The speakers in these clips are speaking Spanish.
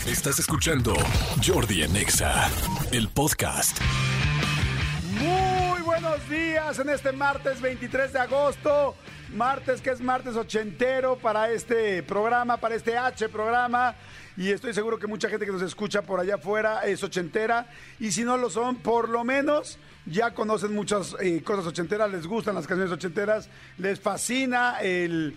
Estás escuchando Jordi en Exa, el podcast. Muy buenos días en este martes 23 de agosto. Martes que es martes ochentero para este programa, para este H programa. Y estoy seguro que mucha gente que nos escucha por allá afuera es ochentera. Y si no lo son, por lo menos ya conocen muchas cosas ochenteras, les gustan las canciones ochenteras, les fascina el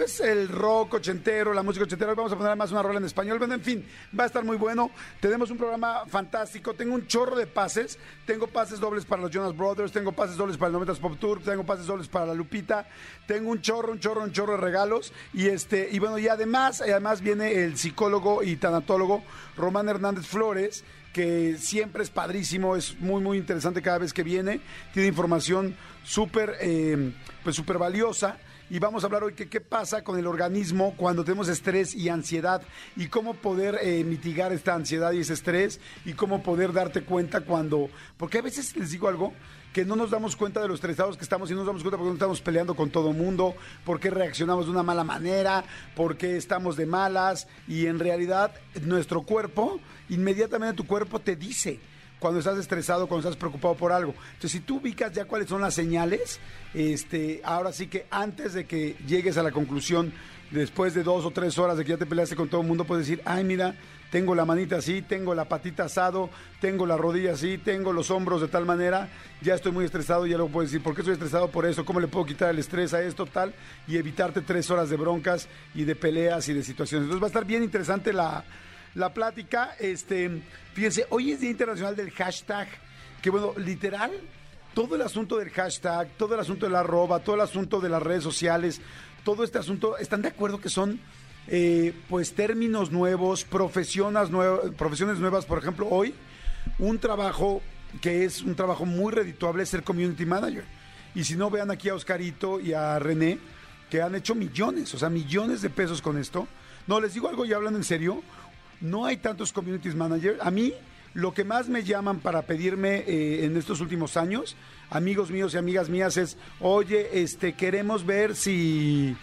rock ochentero, la música ochentera. Hoy vamos a poner además una rola en español. Bueno, en fin, va a estar muy bueno. Tenemos un programa fantástico. Tengo un chorro de pases. Tengo pases dobles para los Jonas Brothers. Tengo pases dobles para el 90s Pop Tour. Tengo pases dobles para la Lupita. Tengo un chorro de regalos. Y bueno, y además viene el psicólogo y tanatólogo Román Hernández Flores, que siempre es padrísimo, es muy, muy interesante cada vez que viene. Tiene información súper valiosa. Y vamos a hablar hoy qué pasa con el organismo cuando tenemos estrés y ansiedad y cómo poder mitigar esta ansiedad y ese estrés y cómo poder darte cuenta porque a veces les digo algo, que no nos damos cuenta de los estresados que estamos y no nos damos cuenta porque no estamos peleando con todo mundo, porque reaccionamos de una mala manera, porque estamos de malas y en realidad nuestro cuerpo, inmediatamente tu cuerpo te dice cuando estás estresado, cuando estás preocupado por algo. Entonces, si tú ubicas ya cuáles son las señales, ahora sí que antes de que llegues a la conclusión, después de 2 o 3 horas de que ya te peleaste con todo el mundo, puedes decir, ay, mira, tengo la manita así, tengo la patita asado, tengo la rodilla así, tengo los hombros de tal manera, ya estoy muy estresado, ya luego puedes decir, ¿por qué estoy estresado por eso? ¿Cómo le puedo quitar el estrés a esto, tal? Y evitarte 3 horas de broncas y de peleas y de situaciones. Entonces va a estar bien interesante la plática. Fíjense, hoy es Día Internacional del Hashtag, que bueno, literal, todo el asunto del hashtag, todo el asunto del arroba, todo el asunto de las redes sociales, todo este asunto, ¿están de acuerdo que son términos nuevos, profesiones nuevas? Por ejemplo, hoy, un trabajo que es un trabajo muy redituable es ser community manager. Y si no, vean aquí a Oscarito y a René, que han hecho millones de pesos con esto. No, les digo algo, ya hablando en serio, no hay tantos community managers. A mí, lo que más me llaman para pedirme en estos últimos años, amigos míos y amigas mías, es, oye, queremos ver si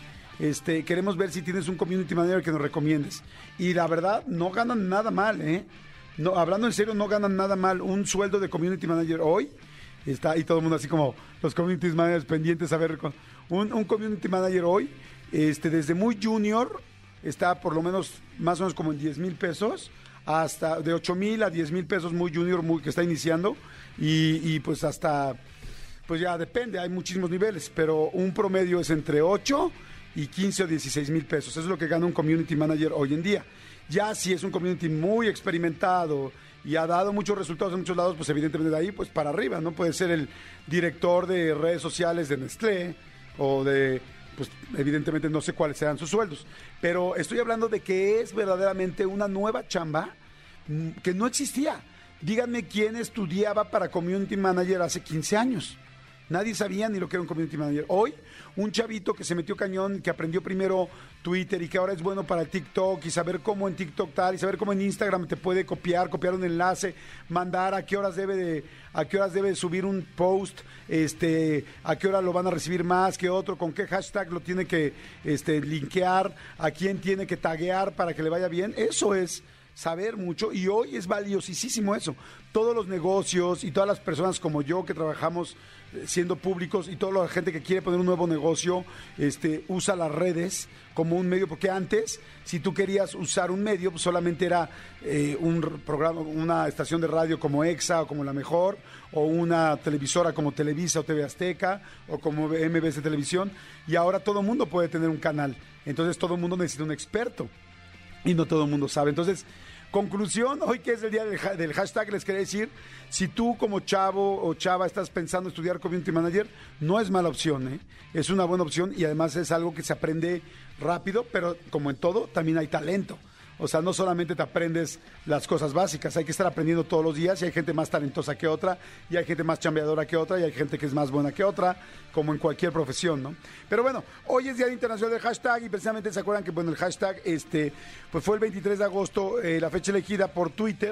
tienes un community manager que nos recomiendes. Y la verdad, no ganan nada mal, ¿eh? No, hablando en serio, no ganan nada mal. Un sueldo de community manager hoy está, y todo el mundo así como los community managers pendientes a ver, un community manager hoy, desde muy junior, está por lo menos, más o menos como en 10,000 pesos, hasta de 8,000 a 10,000 pesos, muy junior, que está iniciando, y pues hasta, pues ya depende, hay muchísimos niveles, pero un promedio es entre 8 y 15 o 16,000 pesos. Eso es lo que gana un community manager hoy en día. Ya si es un community muy experimentado y ha dado muchos resultados en muchos lados, pues evidentemente de ahí pues para arriba, ¿no? Puede ser el director de redes sociales de Nestlé o de, pues evidentemente no sé cuáles serán sus sueldos, pero estoy hablando de que es verdaderamente una nueva chamba que no existía. Díganme quién estudiaba para community manager hace 15 años. Nadie sabía ni lo que era un community manager. Hoy, un chavito que se metió cañón, que aprendió primero Twitter y que ahora es bueno para el TikTok y saber cómo en TikTok tal y saber cómo en Instagram te puede copiar un enlace, mandar a qué horas debe de subir un post, a qué hora lo van a recibir más que otro, con qué hashtag lo tiene que linkear, a quién tiene que taguear para que le vaya bien. Eso es saber mucho y hoy es valiosísimo eso. Todos los negocios y todas las personas como yo que trabajamos siendo públicos y toda la gente que quiere poner un nuevo negocio usa las redes como un medio, porque antes si tú querías usar un medio pues solamente era un programa, una estación de radio como Exa o como La Mejor, o una televisora como Televisa o TV Azteca o como MBS Televisión, y ahora todo el mundo puede tener un canal. Entonces todo el mundo necesita un experto y no todo el mundo sabe. Entonces, conclusión, hoy que es el día del hashtag, les quería decir, si tú como chavo o chava estás pensando estudiar community manager, no es mala opción, ¿eh? Es una buena opción y además es algo que se aprende rápido, pero como en todo, también hay talento. O sea, no solamente te aprendes las cosas básicas, hay que estar aprendiendo todos los días y hay gente más talentosa que otra y hay gente más chambeadora que otra y hay gente que es más buena que otra, como en cualquier profesión, ¿no? Pero bueno, hoy es Día Internacional del Hashtag y precisamente se acuerdan que, bueno, el hashtag pues fue el 23 de agosto, la fecha elegida por Twitter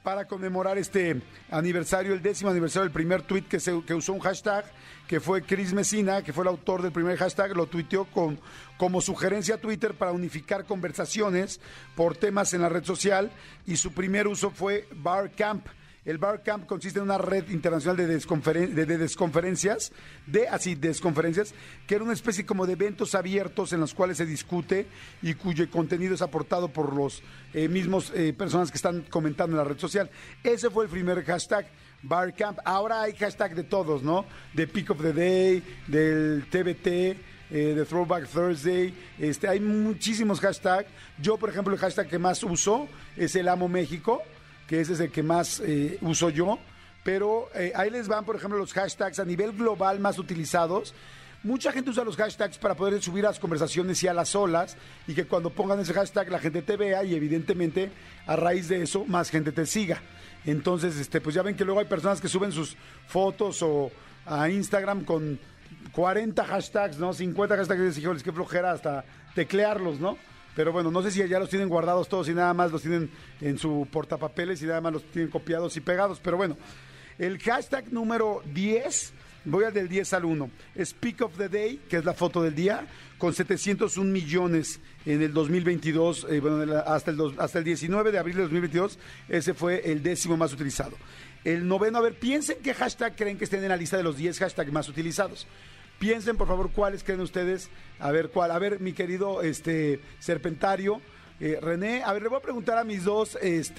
para conmemorar este aniversario, el 10º aniversario del primer tweet que usó un hashtag, que fue Chris Messina, que fue el autor del primer hashtag, lo tuiteó como sugerencia a Twitter para unificar conversaciones por temas en la red social, y su primer uso fue Barcamp. El Barcamp consiste en una red internacional de desconferencias, que era una especie como de eventos abiertos en los cuales se discute y cuyo contenido es aportado por los mismos personas que están comentando en la red social. Ese fue el primer hashtag, Barcamp. Ahora hay hashtag de todos, ¿no? De Pick of the Day, del TBT, de Throwback Thursday. Hay muchísimos hashtags. Yo, por ejemplo, el hashtag que más uso es el Amo México, que ese es el que más uso yo, pero ahí les van, por ejemplo, los hashtags a nivel global más utilizados. Mucha gente usa los hashtags para poder subir a las conversaciones y a las olas, y que cuando pongan ese hashtag la gente te vea, y evidentemente a raíz de eso más gente te siga. Entonces, pues ya ven que luego hay personas que suben sus fotos o a Instagram con 40 hashtags, ¿no? 50 hashtags, y dicen, híjoles, qué flojera hasta teclearlos, ¿no? Pero bueno, no sé si ya los tienen guardados todos y nada más los tienen en su portapapeles y nada más los tienen copiados y pegados. Pero bueno, el hashtag número 10, voy al del 10 al 1, es Pick of the Day, que es la foto del día, con 701 millones en el 2022, hasta el 19 de abril de 2022, ese fue el 10º más utilizado. El 9º, a ver, piensen qué hashtag creen que estén en la lista de los 10 hashtags más utilizados. Piensen, por favor, cuáles creen ustedes. A ver, cuál. A ver, mi querido Serpentario, René. A ver, le voy a preguntar a mis dos,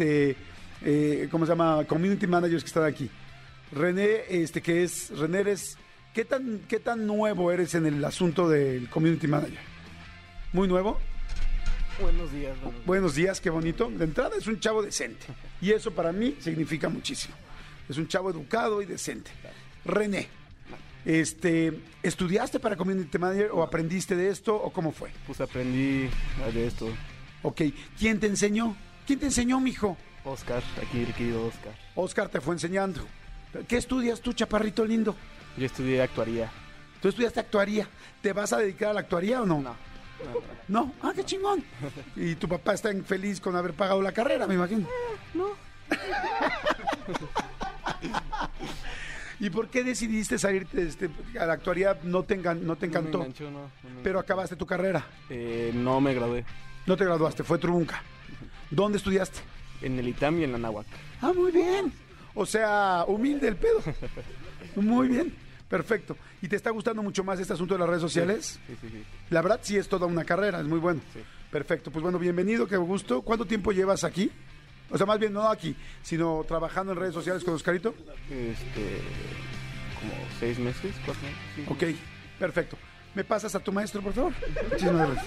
¿cómo se llama? Community managers que están aquí. René, René, ¿qué tan nuevo eres en el asunto del community manager? ¿Muy nuevo? Buenos días. Buenos días, qué bonito. De entrada es un chavo decente. Y eso para mí significa muchísimo. Es un chavo educado y decente. René. ¿Estudiaste para Community Manager o aprendiste de esto o cómo fue? Pues aprendí de esto. Ok, ¿quién te enseñó? ¿Quién te enseñó, mijo? Oscar, aquí el querido Oscar. Oscar te fue enseñando. ¿Qué estudias tú, chaparrito lindo? Yo estudié actuaría. ¿Tú estudiaste actuaría? ¿Te vas a dedicar a la actuaría o no? No. ¿No? Ah, qué chingón. Y tu papá está feliz con haber pagado la carrera, me imagino. No. ¿Y por qué decidiste salirte a la actuaría? ¿No te encantó? Me enganchó, no. Pero acabaste tu carrera. No me gradué. No te graduaste, fue trunca. ¿Dónde estudiaste? En el ITAM y en la Náhuac. Ah, muy bien. O sea, humilde el pedo. Muy bien, perfecto. ¿Y te está gustando mucho más este asunto de las redes sociales? Sí. La verdad sí es toda una carrera, es muy bueno. Sí. Perfecto, pues bueno, bienvenido, qué gusto. ¿Cuánto tiempo llevas aquí? O sea, más bien no aquí, sino trabajando en redes sociales con Oscarito. Como 6 meses, 4 meses. Sí. Ok, perfecto. ¿Me pasas a tu maestro, por favor? Muchísimas gracias.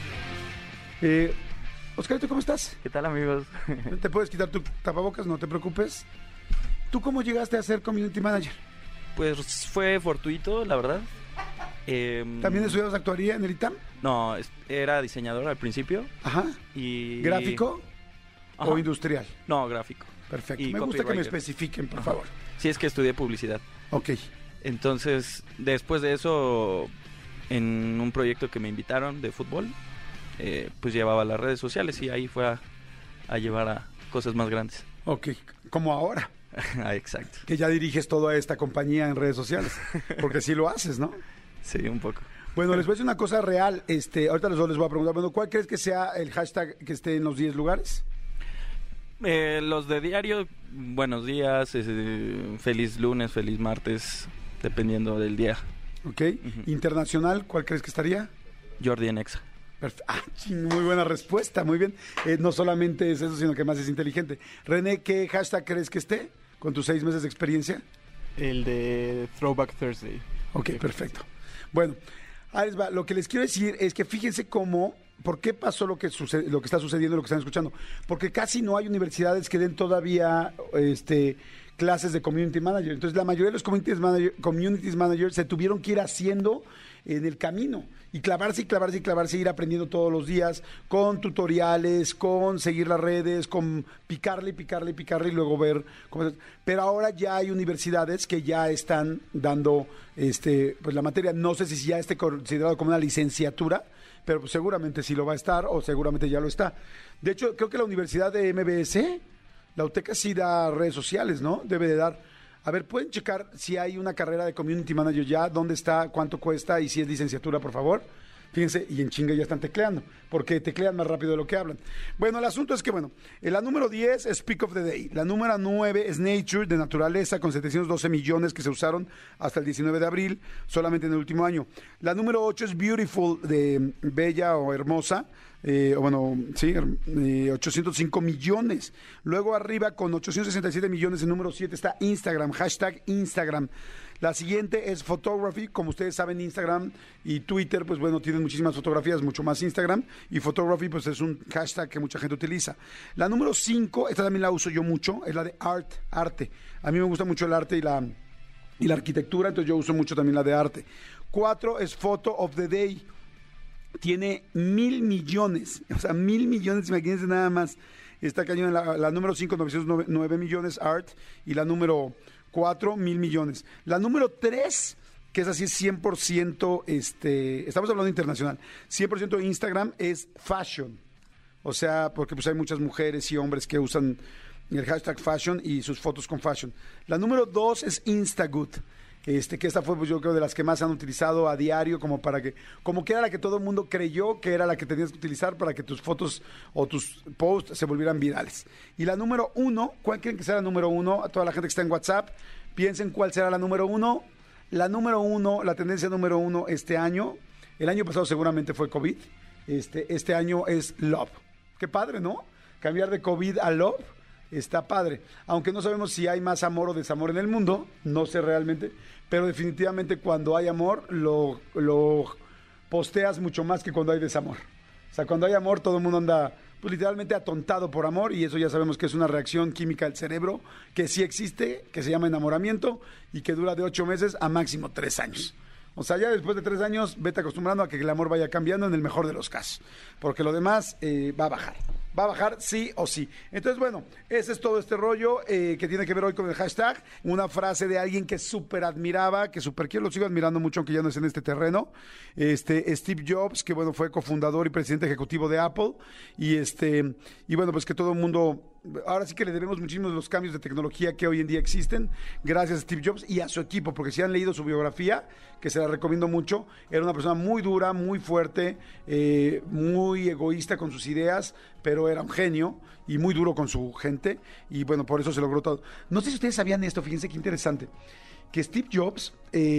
Oscarito, ¿cómo estás? ¿Qué tal, amigos? ¿Te puedes quitar tu tapabocas? No te preocupes. ¿Tú cómo llegaste a ser community manager? Pues fue fortuito, la verdad. ¿También estudiabas actuaría en el ITAM? No, era diseñador al principio. Ajá. Y... ¿Gráfico? Ajá. ¿O industrial? No, gráfico. Perfecto. Y Me gusta que me copywriter. especifiquen, por Ajá. favor. Sí, es que estudié publicidad. Ok. Entonces, después de eso, en un proyecto que me invitaron de fútbol, pues llevaba las redes sociales y ahí fue a llevar a cosas más grandes. Ok, como ahora, Ah, exacto. que ya diriges toda esta compañía en redes sociales, porque sí lo haces, ¿no? Sí, un poco. Bueno, les voy a decir una cosa real. Ahorita les voy a preguntar, bueno, ¿cuál crees que sea el hashtag que esté en los 10 lugares? Los de diario, buenos días, feliz lunes, feliz martes, dependiendo del día. Ok. Internacional, ¿cuál crees que estaría? Jordi en Exa. Muy buena respuesta, muy bien. No solamente es eso, sino que más es inteligente. René, ¿qué hashtag crees que esté con tus 6 meses de experiencia? El de Throwback Thursday. Ok, perfecto. Bueno, ahí les va. Lo que les quiero decir es que fíjense ¿por qué pasó lo que está sucediendo, lo que están escuchando? Porque casi no hay universidades que den todavía clases de community manager. Entonces, la mayoría de los community managers se tuvieron que ir haciendo en el camino y clavarse, ir aprendiendo todos los días con tutoriales, con seguir las redes, con picarle y luego ver cómo. Pero ahora ya hay universidades que ya están dando pues la materia. No sé si ya esté considerado como una licenciatura, pero pues seguramente sí lo va a estar o seguramente ya lo está. De hecho, creo que la Universidad de MBS La UTECA sí da redes sociales, ¿no? Debe de dar. A ver, ¿pueden checar si hay una carrera de Community Manager ya? ¿Dónde está? ¿Cuánto cuesta? Y si es licenciatura, por favor. Fíjense, y en chinga ya están tecleando, porque teclean más rápido de lo que hablan. Bueno, el asunto es que, la número 10 es Peak of the Day. La número 9 es Nature, de naturaleza, con 712 millones que se usaron hasta el 19 de abril, solamente en el último año. La número 8 es Beautiful, de Bella o Hermosa, 805 millones. Luego arriba, con 867 millones, el número 7 está Instagram, hashtag Instagram. La siguiente es Photography. Como ustedes saben, Instagram y Twitter, pues bueno, tienen muchísimas fotografías, mucho más Instagram. Y Photography, pues es un hashtag que mucha gente utiliza. La número 5, esta también la uso yo mucho, es la de arte. A mí me gusta mucho el arte y la arquitectura, entonces yo uso mucho también la de arte. 4 es Photo of the Day. Tiene 1,000 millones, o sea, 1,000 millones, imagínense nada más. Está cañón. La número 5, 909 millones, Art. Y la número 4, 1,000 millones. La número 3, que es así 100%, estamos hablando internacional, 100% Instagram, es Fashion. O sea, porque pues hay muchas mujeres y hombres que usan el hashtag Fashion y sus fotos con Fashion. La número 2 es Instagood. Que esta fue, pues yo creo, de las que más han utilizado a diario, como que era la que todo el mundo creyó que era la que tenías que utilizar para que tus fotos o tus posts se volvieran virales. Y la número 1, ¿cuál creen que será la número 1? A toda la gente que está en WhatsApp, piensen cuál será la número 1. La número 1, la tendencia número 1 este año, el año pasado seguramente fue COVID, este año es Love. Qué padre, ¿no? Cambiar de COVID a Love. Está padre, aunque no sabemos si hay más amor o desamor en el mundo, no sé realmente, pero definitivamente cuando hay amor lo posteas mucho más que cuando hay desamor. O sea, cuando hay amor todo el mundo anda pues literalmente atontado por amor, y eso ya sabemos que es una reacción química del cerebro que sí existe, que se llama enamoramiento y que dura de 8 meses a máximo 3 años. O sea, ya después de 3 años, vete acostumbrando a que el amor vaya cambiando en el mejor de los casos, porque lo demás va a bajar. Va a bajar sí o sí. Entonces, bueno, ese es todo este rollo que tiene que ver hoy con el hashtag. Una frase de alguien que súper admiraba, que súper quiero, lo sigo admirando mucho, aunque ya no es en este terreno. Steve Jobs, que bueno, fue cofundador y presidente ejecutivo de Apple. Y bueno, pues que todo el mundo, ahora sí que le debemos muchísimos de los cambios de tecnología que hoy en día existen, gracias a Steve Jobs y a su equipo, porque si han leído su biografía, que se la recomiendo mucho, era una persona muy dura, muy fuerte, muy egoísta con sus ideas, pero era un genio y muy duro con su gente, y bueno, por eso se logró todo. No sé si ustedes sabían esto, fíjense qué interesante, que Steve Jobs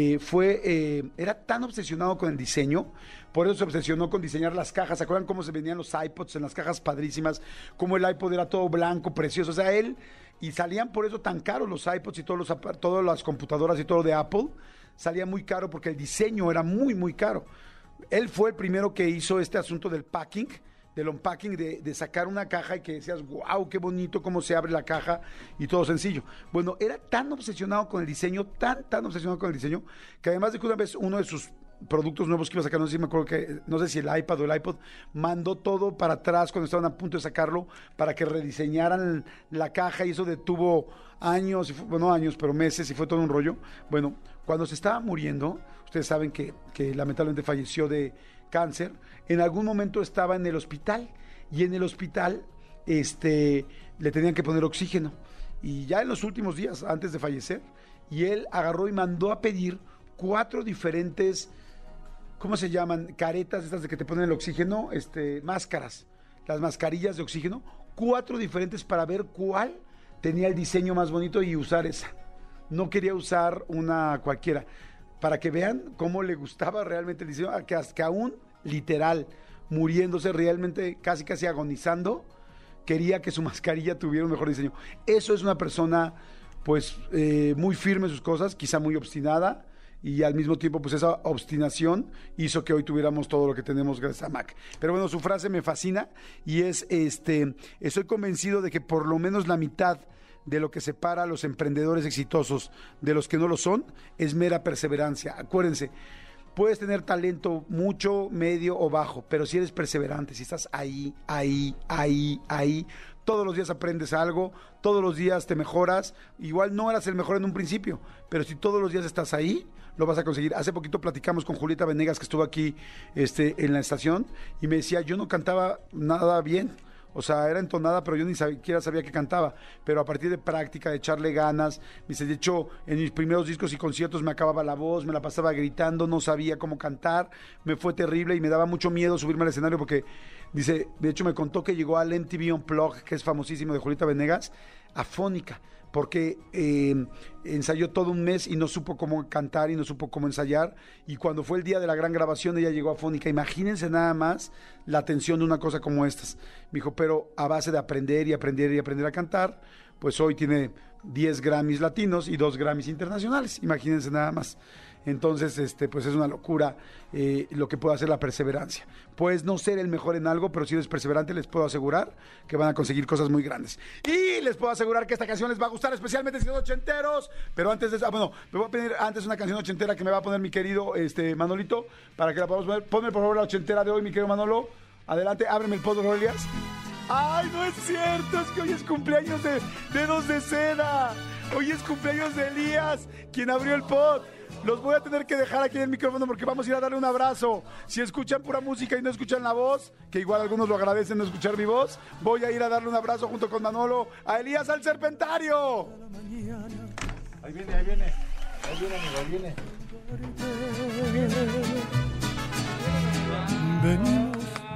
era tan obsesionado con el diseño, por eso se obsesionó con diseñar las cajas. ¿Se acuerdan cómo se vendían los iPods en las cajas padrísimas? Cómo el iPod era todo blanco, precioso. O sea, y salían por eso tan caros los iPods y todas las computadoras y todo de Apple, salía muy caro porque el diseño era muy, muy caro. Él fue el primero que hizo este asunto del packing, del unpacking, de sacar una caja y que decías, wow, qué bonito cómo se abre la caja y todo sencillo. Bueno, era tan obsesionado con el diseño, tan obsesionado con el diseño, que además de que una vez uno de sus productos nuevos que iba a sacar, no sé si me acuerdo no sé si el iPad o el iPod, mandó todo para atrás cuando estaban a punto de sacarlo para que rediseñaran la caja, y eso detuvo años, no años, pero meses, y fue todo un rollo. Bueno, cuando se estaba muriendo, ustedes saben que lamentablemente falleció de cáncer, en algún momento estaba en el hospital, y en el hospital le tenían que poner oxígeno, y ya en los últimos días antes de fallecer, y él agarró y mandó a pedir 4 diferentes, ¿cómo se llaman? Caretas estas de que te ponen el oxígeno, máscaras, las mascarillas de oxígeno, 4 diferentes para ver cuál tenía el diseño más bonito y usar esa. No quería usar una cualquiera, para que vean cómo le gustaba realmente el diseño, que aún literal, muriéndose realmente, casi agonizando, quería que su mascarilla tuviera un mejor diseño. Eso es una persona, pues, muy firme en sus cosas, quizá muy obstinada, y al mismo tiempo, pues, esa obstinación hizo que hoy tuviéramos todo lo que tenemos gracias a Mac. Pero bueno, su frase me fascina, y es, estoy convencido de que por lo menos la mitad de lo que separa a los emprendedores exitosos de los que no lo son es mera perseverancia. Acuérdense, puedes tener talento mucho, medio o bajo, pero si eres perseverante, si estás ahí, todos los días aprendes algo, todos los días te mejoras. Igual no eras el mejor en un principio, pero si todos los días estás ahí, lo vas a conseguir. Hace poquito platicamos con Julieta Venegas, que estuvo aquí en la estación, y me decía, yo no cantaba nada bien. O sea, era entonada, pero yo ni siquiera sabía que cantaba. Pero a partir de práctica, de echarle ganas, me dice, de hecho, en mis primeros discos y conciertos me acababa la voz, me la pasaba gritando, no sabía cómo cantar, me fue terrible y me daba mucho miedo subirme al escenario porque, dice, de hecho me contó que llegó al MTV Unplugged, que es famosísimo, de Julieta Venegas, afónica, porque ensayó todo un mes y no supo cómo cantar y no supo cómo ensayar, y cuando fue el día de la gran grabación ella llegó afónica. Imagínense nada más la tensión de una cosa como estas. Me dijo, pero a base de aprender y aprender y aprender a cantar, pues hoy tiene 10 Grammys latinos y 2 Grammys internacionales, imagínense nada más. Entonces, pues es una locura lo que puede hacer la perseverancia. Puedes no ser el mejor en algo, pero si eres perseverante, les puedo asegurar que van a conseguir cosas muy grandes. Y les puedo asegurar que esta canción les va a gustar, especialmente si son ochenteros. Pero antes de eso, me voy a pedir antes una canción ochentera que me va a poner mi querido Manolito, para que la podamos poner. Ponme por favor la ochentera de hoy, mi querido Manolo. Adelante, ábreme el pod, Elías. ¡Ay, no es cierto! Es que hoy es cumpleaños de Dedos de Seda. Hoy es cumpleaños de Elías, quien abrió el pod. Los voy a tener que dejar aquí en el micrófono porque vamos a ir a darle un abrazo. Si escuchan pura música y no escuchan la voz, que igual algunos lo agradecen no escuchar mi voz, voy a ir a darle un abrazo junto con Manolo a Elías al Serpentario. Ahí viene, amigo, ahí viene. Venimos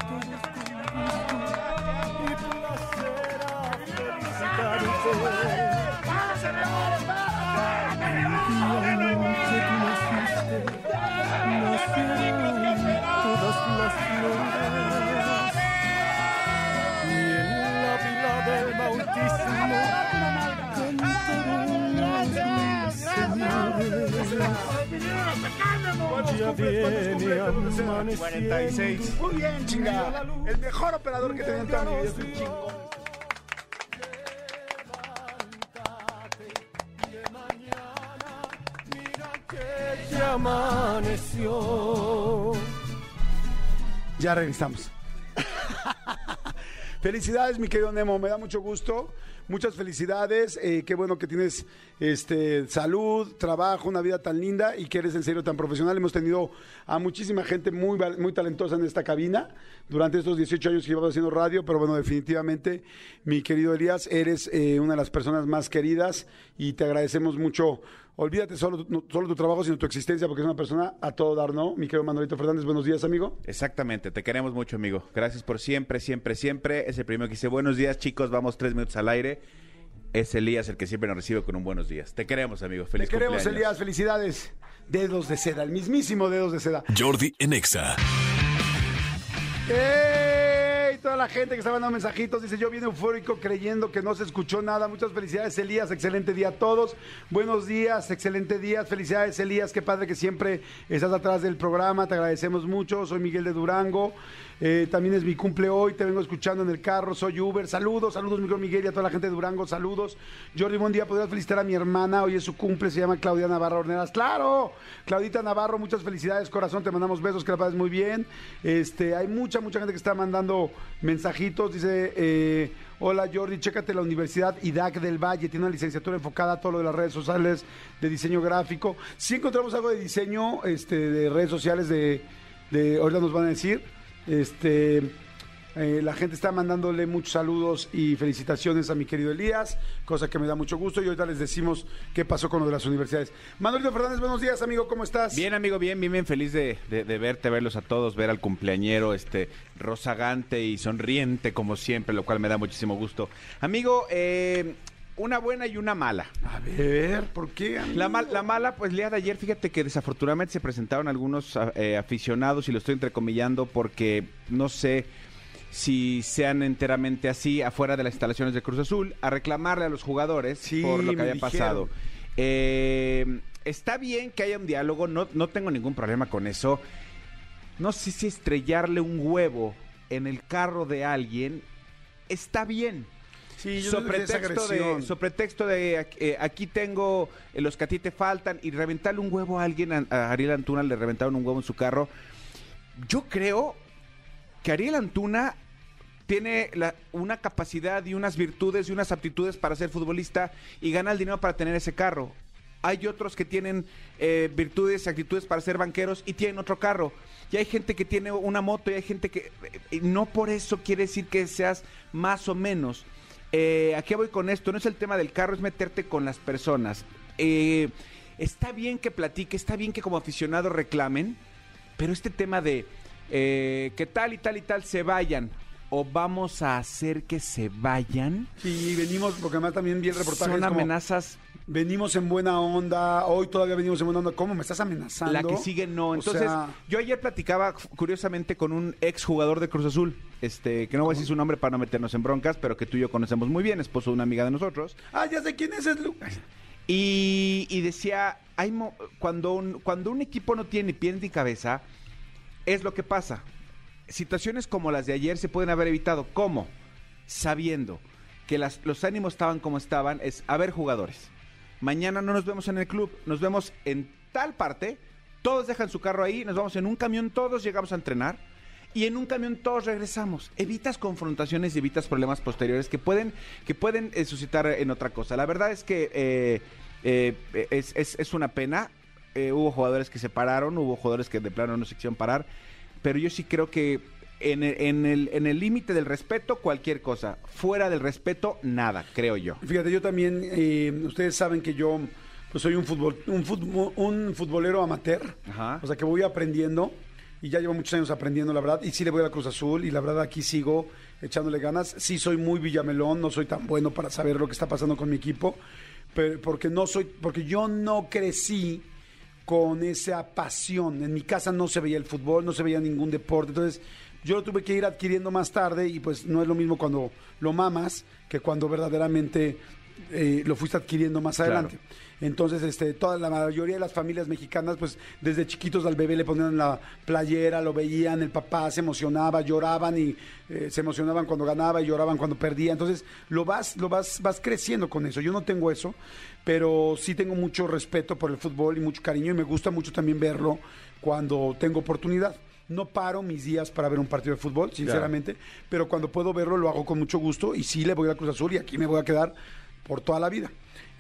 ya viene amaneciendo. 46. Muy bien, chingada. El mejor operador que tenía en toda mi vida. Es un chingón. Ya amaneció. Ya regresamos. Felicidades, mi querido Nemo, me da mucho gusto. Muchas felicidades, qué bueno que tienes salud, trabajo, una vida tan linda y que eres en serio tan profesional. Hemos tenido a muchísima gente muy, muy talentosa en esta cabina durante estos 18 años que llevamos haciendo radio, pero bueno, definitivamente, mi querido Elías, eres una de las personas más queridas y te agradecemos mucho. Olvídate solo tu trabajo, sino tu existencia, porque es una persona a todo dar, ¿no? Mi querido Manolito Fernández, buenos días, amigo. Exactamente, te queremos mucho, amigo. Gracias por siempre, siempre, siempre. Es el primero que dice buenos días, chicos, vamos 3 minutos al aire. Es Elías el que siempre nos recibe con un buenos días. Te queremos, amigo. Feliz cumpleaños. Te queremos, Elías. Felicidades. Dedos de Seda, el mismísimo Dedos de Seda. Jordi en Exa. ¡Ey! Toda la gente que está mandando mensajitos dice, yo bien eufórico creyendo que no se escuchó nada. Muchas felicidades, Elías. Excelente día a todos. Buenos días, excelente día. Felicidades, Elías. Qué padre que siempre estás atrás del programa. Te agradecemos mucho. Soy Miguel de Durango. También es mi cumple hoy, te vengo escuchando en el carro, soy Uber. Saludos, Miguel y a toda la gente de Durango, saludos. Jordi, buen día, podrías felicitar a mi hermana, hoy es su cumple, se llama Claudia Navarro Ornelas. ¡Claro! Claudita Navarro, muchas felicidades, corazón, te mandamos besos, que la pases muy bien. Hay mucha gente que está mandando mensajitos, dice... Hola Jordi, chécate la Universidad IDAC del Valle, tiene una licenciatura enfocada a todo lo de las redes sociales, de diseño gráfico. Sí encontramos algo de diseño, de redes sociales, de ahorita nos van a decir. La gente está mandándole muchos saludos y felicitaciones a mi querido Elías, cosa que me da mucho gusto, y ahorita les decimos qué pasó con lo de las universidades. Manolito Fernández, buenos días, amigo, ¿cómo estás? Bien, amigo, bien feliz de verlos a todos, ver al cumpleañero rozagante y sonriente como siempre, lo cual me da muchísimo gusto. Amigo, una buena y una mala. A ver, ¿por qué, amigo? La mala, pues el día de ayer, fíjate que desafortunadamente se presentaron algunos aficionados, y lo estoy entrecomillando porque no sé si sean enteramente así, afuera de las instalaciones de Cruz Azul, a reclamarle a los jugadores por lo que había pasado. Está bien que haya un diálogo, no tengo ningún problema con eso. No sé si estrellarle un huevo en el carro de alguien está bien. Sí, sobre pretexto de aquí tengo los que a ti te faltan, y reventarle un huevo a alguien. A Ariel Antuna le reventaron un huevo en su carro. Yo creo que Ariel Antuna tiene una capacidad y unas virtudes y unas aptitudes para ser futbolista y gana el dinero para tener ese carro. Hay otros que tienen virtudes, actitudes para ser banqueros y tienen otro carro. Y hay gente que tiene una moto y hay gente que... no por eso quiere decir que seas más o menos. ¿A qué voy con esto? No es el tema del carro, es meterte con las personas. Está bien que platique, está bien que como aficionado reclamen, pero este tema de que tal y tal y tal se vayan o vamos a hacer que se vayan. Sí, venimos, porque además también vi el reportaje. Son es como, amenazas. venimos en buena onda, hoy todavía venimos en buena onda. ¿Cómo me estás amenazando? La que sigue no. Entonces, yo ayer platicaba curiosamente con un ex jugador de Cruz Azul, que no voy a decir su nombre para no meternos en broncas, pero que tú y yo conocemos muy bien, esposo de una amiga de nosotros. Ah, ya sé quién es Lucas. Y decía, cuando un equipo no tiene ni pies ni cabeza, es lo que pasa. Situaciones como las de ayer se pueden haber evitado. ¿Cómo? Sabiendo que los ánimos estaban como estaban, a ver, jugadores, mañana no nos vemos en el club, nos vemos en tal parte, todos dejan su carro ahí, nos vamos en un camión, todos llegamos a entrenar y en un camión todos regresamos. Evitas confrontaciones y evitas problemas posteriores que pueden suscitar en otra cosa. La verdad es que es una pena. Hubo jugadores que se pararon, hubo jugadores que de plano no se quisieron parar, pero yo sí creo que en el límite del respeto, cualquier cosa. Fuera del respeto, nada, creo yo. Fíjate, yo también, ustedes saben que yo pues soy un futbolero amateur. Ajá. O sea, que voy aprendiendo y ya llevo muchos años aprendiendo, la verdad. Y sí le voy a la Cruz Azul y la verdad aquí sigo echándole ganas. Sí soy muy villamelón, no soy tan bueno para saber lo que está pasando con mi equipo, pero porque yo no crecí con esa pasión. En mi casa no se veía el fútbol, no se veía ningún deporte, entonces yo lo tuve que ir adquiriendo más tarde y pues no es lo mismo cuando lo mamas que cuando verdaderamente lo fuiste adquiriendo más adelante. Claro. Entonces, toda la mayoría de las familias mexicanas, pues desde chiquitos al bebé le ponían la playera, lo veían, el papá se emocionaba, lloraban y se emocionaban cuando ganaba y lloraban cuando perdía. Entonces, vas creciendo con eso. Yo no tengo eso, pero sí tengo mucho respeto por el fútbol y mucho cariño y me gusta mucho también verlo cuando tengo oportunidad. No paro mis días para ver un partido de fútbol, sinceramente, pero cuando puedo verlo lo hago con mucho gusto y sí le voy a Cruz Azul y aquí me voy a quedar por toda la vida.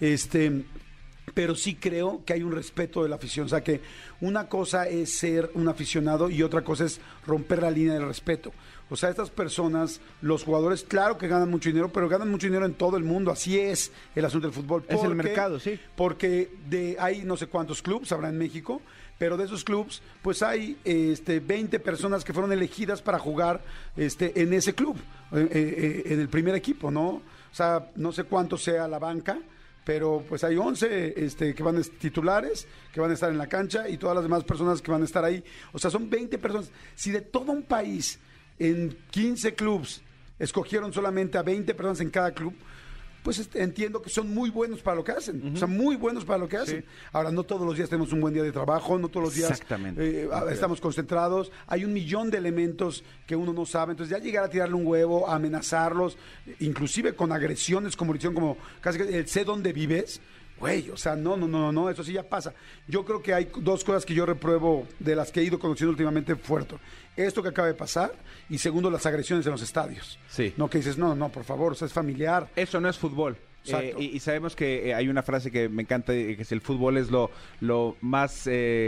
Pero sí creo que hay un respeto de la afición, o sea que una cosa es ser un aficionado y otra cosa es romper la línea del respeto. O sea, estas personas, los jugadores, claro que ganan mucho dinero, pero ganan mucho dinero en todo el mundo, así es el asunto del fútbol. Es el mercado, sí. Porque hay no sé cuántos clubes habrá en México, pero de esos clubes, pues hay 20 personas que fueron elegidas para jugar en ese club, en el primer equipo, ¿no? O sea, no sé cuánto sea la banca, pero pues hay 11 que van a ser titulares, que van a estar en la cancha y todas las demás personas que van a estar ahí. O sea, son 20 personas. Si de todo un país, en 15 clubes, escogieron solamente a 20 personas en cada club, pues entiendo que son muy buenos para lo que hacen. O sea, muy buenos para lo que hacen. Sí. Ahora, no todos los días tenemos un buen día de trabajo, no todos los días Exactamente. Estamos concentrados. Hay 1,000,000 de elementos que uno no sabe. Entonces, ya llegar a tirarle un huevo, a amenazarlos, inclusive con agresiones, como hicieron, como casi el sé dónde vives. Güey, o sea, no, eso sí ya pasa. Yo creo que hay dos cosas que yo repruebo de las que he ido conociendo últimamente fuerte. Esto que acaba de pasar y segundo, las agresiones en los estadios. Sí. No, que dices, no, por favor, o sea, es familiar. Eso no es fútbol. Exacto. Y sabemos que hay una frase que me encanta, que es el fútbol es lo más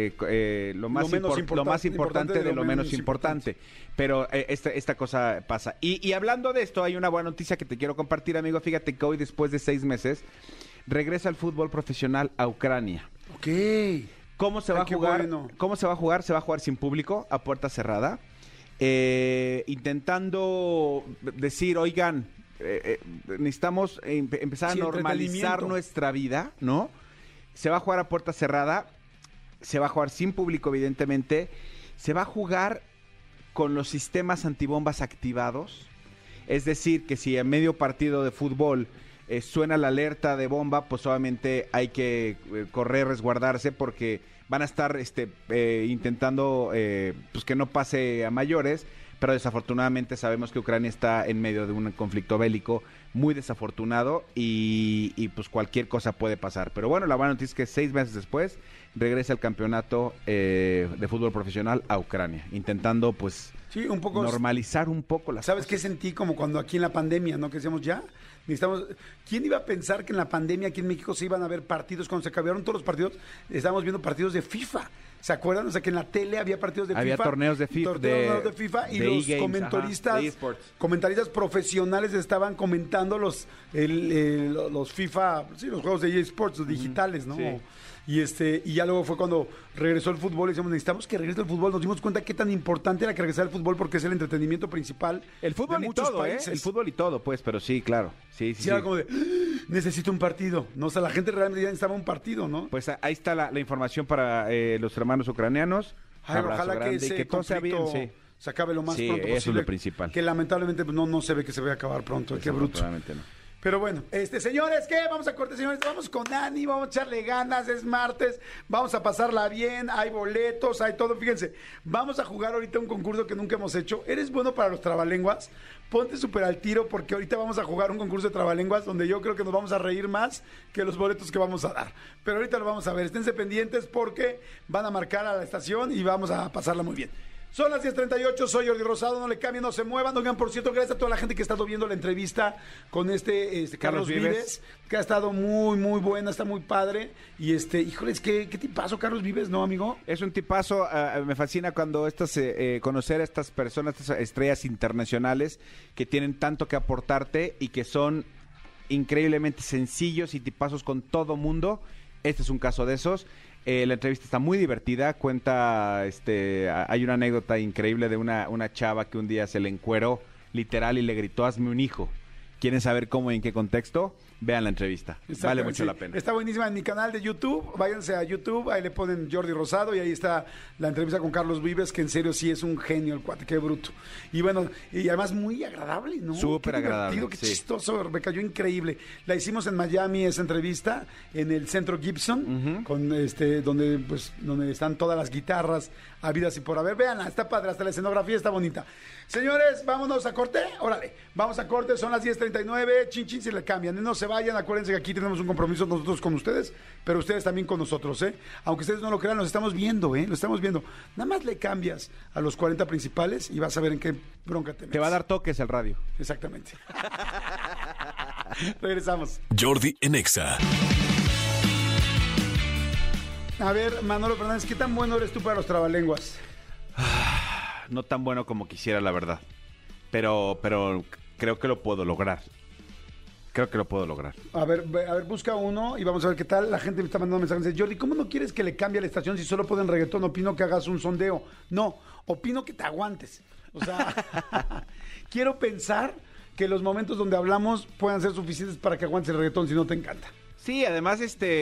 importante de lo menos importante. Pero esta cosa pasa. Y hablando de esto, hay una buena noticia que te quiero compartir, amigo. Fíjate que hoy, después de 6 meses, regresa al fútbol profesional a Ucrania. Ok. ¿Cómo se va a jugar? Bueno. ¿Cómo se va a jugar? Se va a jugar sin público, a puerta cerrada. Intentando decir, oigan, necesitamos empezar a normalizar nuestra vida, ¿no? Se va a jugar a puerta cerrada, se va a jugar sin público, evidentemente. Se va a jugar con los sistemas antibombas activados. Es decir, que si en medio partido de fútbol suena la alerta de bomba, pues obviamente hay que correr, resguardarse, porque van a estar intentando pues que no pase a mayores, pero desafortunadamente sabemos que Ucrania está en medio de un conflicto bélico muy desafortunado y pues cualquier cosa puede pasar. Pero bueno, la buena noticia es que 6 meses después regresa el campeonato de fútbol profesional a Ucrania, intentando pues sí, un poco normalizar un poco las ¿Sabes cosas. qué sentí como cuando aquí en la pandemia, ¿no? Que decíamos ya, necesitamos... ¿Quién iba a pensar que en la pandemia aquí en México se iban a ver partidos? Cuando se acabaron todos los partidos, estábamos viendo partidos de FIFA. ¿Se acuerdan? O sea, que en la tele había partidos de Había FIFA. torneos de FIFA, Torneos de FIFA y de los e-games, comentaristas, ajá, de eSports. comentaristas profesionales estaban comentando los FIFA, sí, los juegos de eSports, los digitales, ¿no? Sí. Y ya luego fue cuando regresó el fútbol y decíamos, necesitamos que regrese el fútbol. Nos dimos cuenta qué tan importante era que regresara el fútbol porque es el entretenimiento principal El fútbol de y muchos todo, países. El fútbol y todo, pues, pero sí, claro. Sí. Sí, era como de, necesito un partido, ¿no? O sea, la gente realmente ya necesitaba un partido, ¿no? Pues ahí está la información para los hermanos ucranianos. Ay, Abrazo ojalá que grande y ese que todo sea bien, conflicto sí. se acabe lo más Sí, pronto eso posible. es lo principal. Que lamentablemente pues, no se ve que se vaya a acabar pronto. Qué bruto. Desafortunadamente no. Pero bueno, señores, ¿qué? Vamos a corte, señores. Vamos con Ani, vamos a echarle ganas, es martes, vamos a pasarla bien, hay boletos, hay todo. Fíjense, vamos a jugar ahorita un concurso que nunca hemos hecho. ¿Eres bueno para los trabalenguas? Ponte súper al tiro porque ahorita vamos a jugar un concurso de trabalenguas donde yo creo que nos vamos a reír más que los boletos que vamos a dar. Pero ahorita lo vamos a ver. Esténse pendientes porque van a marcar a la estación y vamos a pasarla muy bien. Son las 10:38, soy Jordi Rosado, no le cambien, no se muevan. Oigan, por cierto, gracias a toda la gente que ha estado viendo la entrevista con Carlos Vives, que ha estado muy, muy buena, está muy padre. Y híjoles, ¿qué tipazo, Carlos Vives, no, amigo? Es un tipazo, me fascina cuando conocer a estas personas, estas estrellas internacionales que tienen tanto que aportarte y que son increíblemente sencillos y tipazos con todo mundo. Este es un caso de esos. La entrevista está muy divertida, cuenta, hay una anécdota increíble de una chava que un día se le encueró literal y le gritó, hazme un hijo. ¿Quieren saber cómo y en qué contexto? Vean la entrevista, vale mucho la pena. Está buenísima en mi canal de YouTube, váyanse a YouTube, ahí le ponen Jordi Rosado y ahí está la entrevista con Carlos Vives, que en serio sí es un genio el cuate, qué bruto. Y bueno, y además muy agradable, ¿no? Súper Qué agradable, divertido, qué sí. chistoso, me cayó increíble. La hicimos en Miami esa entrevista, en el Centro Gibson, con donde están todas las guitarras habidas y por haber. Véanla, está padre, hasta la escenografía está bonita. Señores, vámonos a corte, órale, vamos a corte, son las 10:39, chin chin, se le cambian, no se vayan, acuérdense que aquí tenemos un compromiso nosotros con ustedes, pero ustedes también con nosotros, aunque ustedes no lo crean, los estamos viendo, lo estamos viendo, nada más le cambias a los 40 principales y vas a ver en qué bronca te metes. Te va a dar toques el radio. Exactamente. Regresamos. Jordi en Exa. A ver, Manolo Fernández, ¿qué tan bueno eres tú para los trabalenguas? No tan bueno como quisiera, la verdad. Pero creo que lo puedo lograr. A ver, busca uno y vamos a ver qué tal. La gente me está mandando mensajes. Dice, Jordi, ¿cómo no quieres que le cambie a la estación si solo ponen reggaetón? Opino que hagas un sondeo. No, opino que te aguantes. O sea, quiero pensar que los momentos donde hablamos puedan ser suficientes para que aguantes el reggaetón si no te encanta. Sí, además,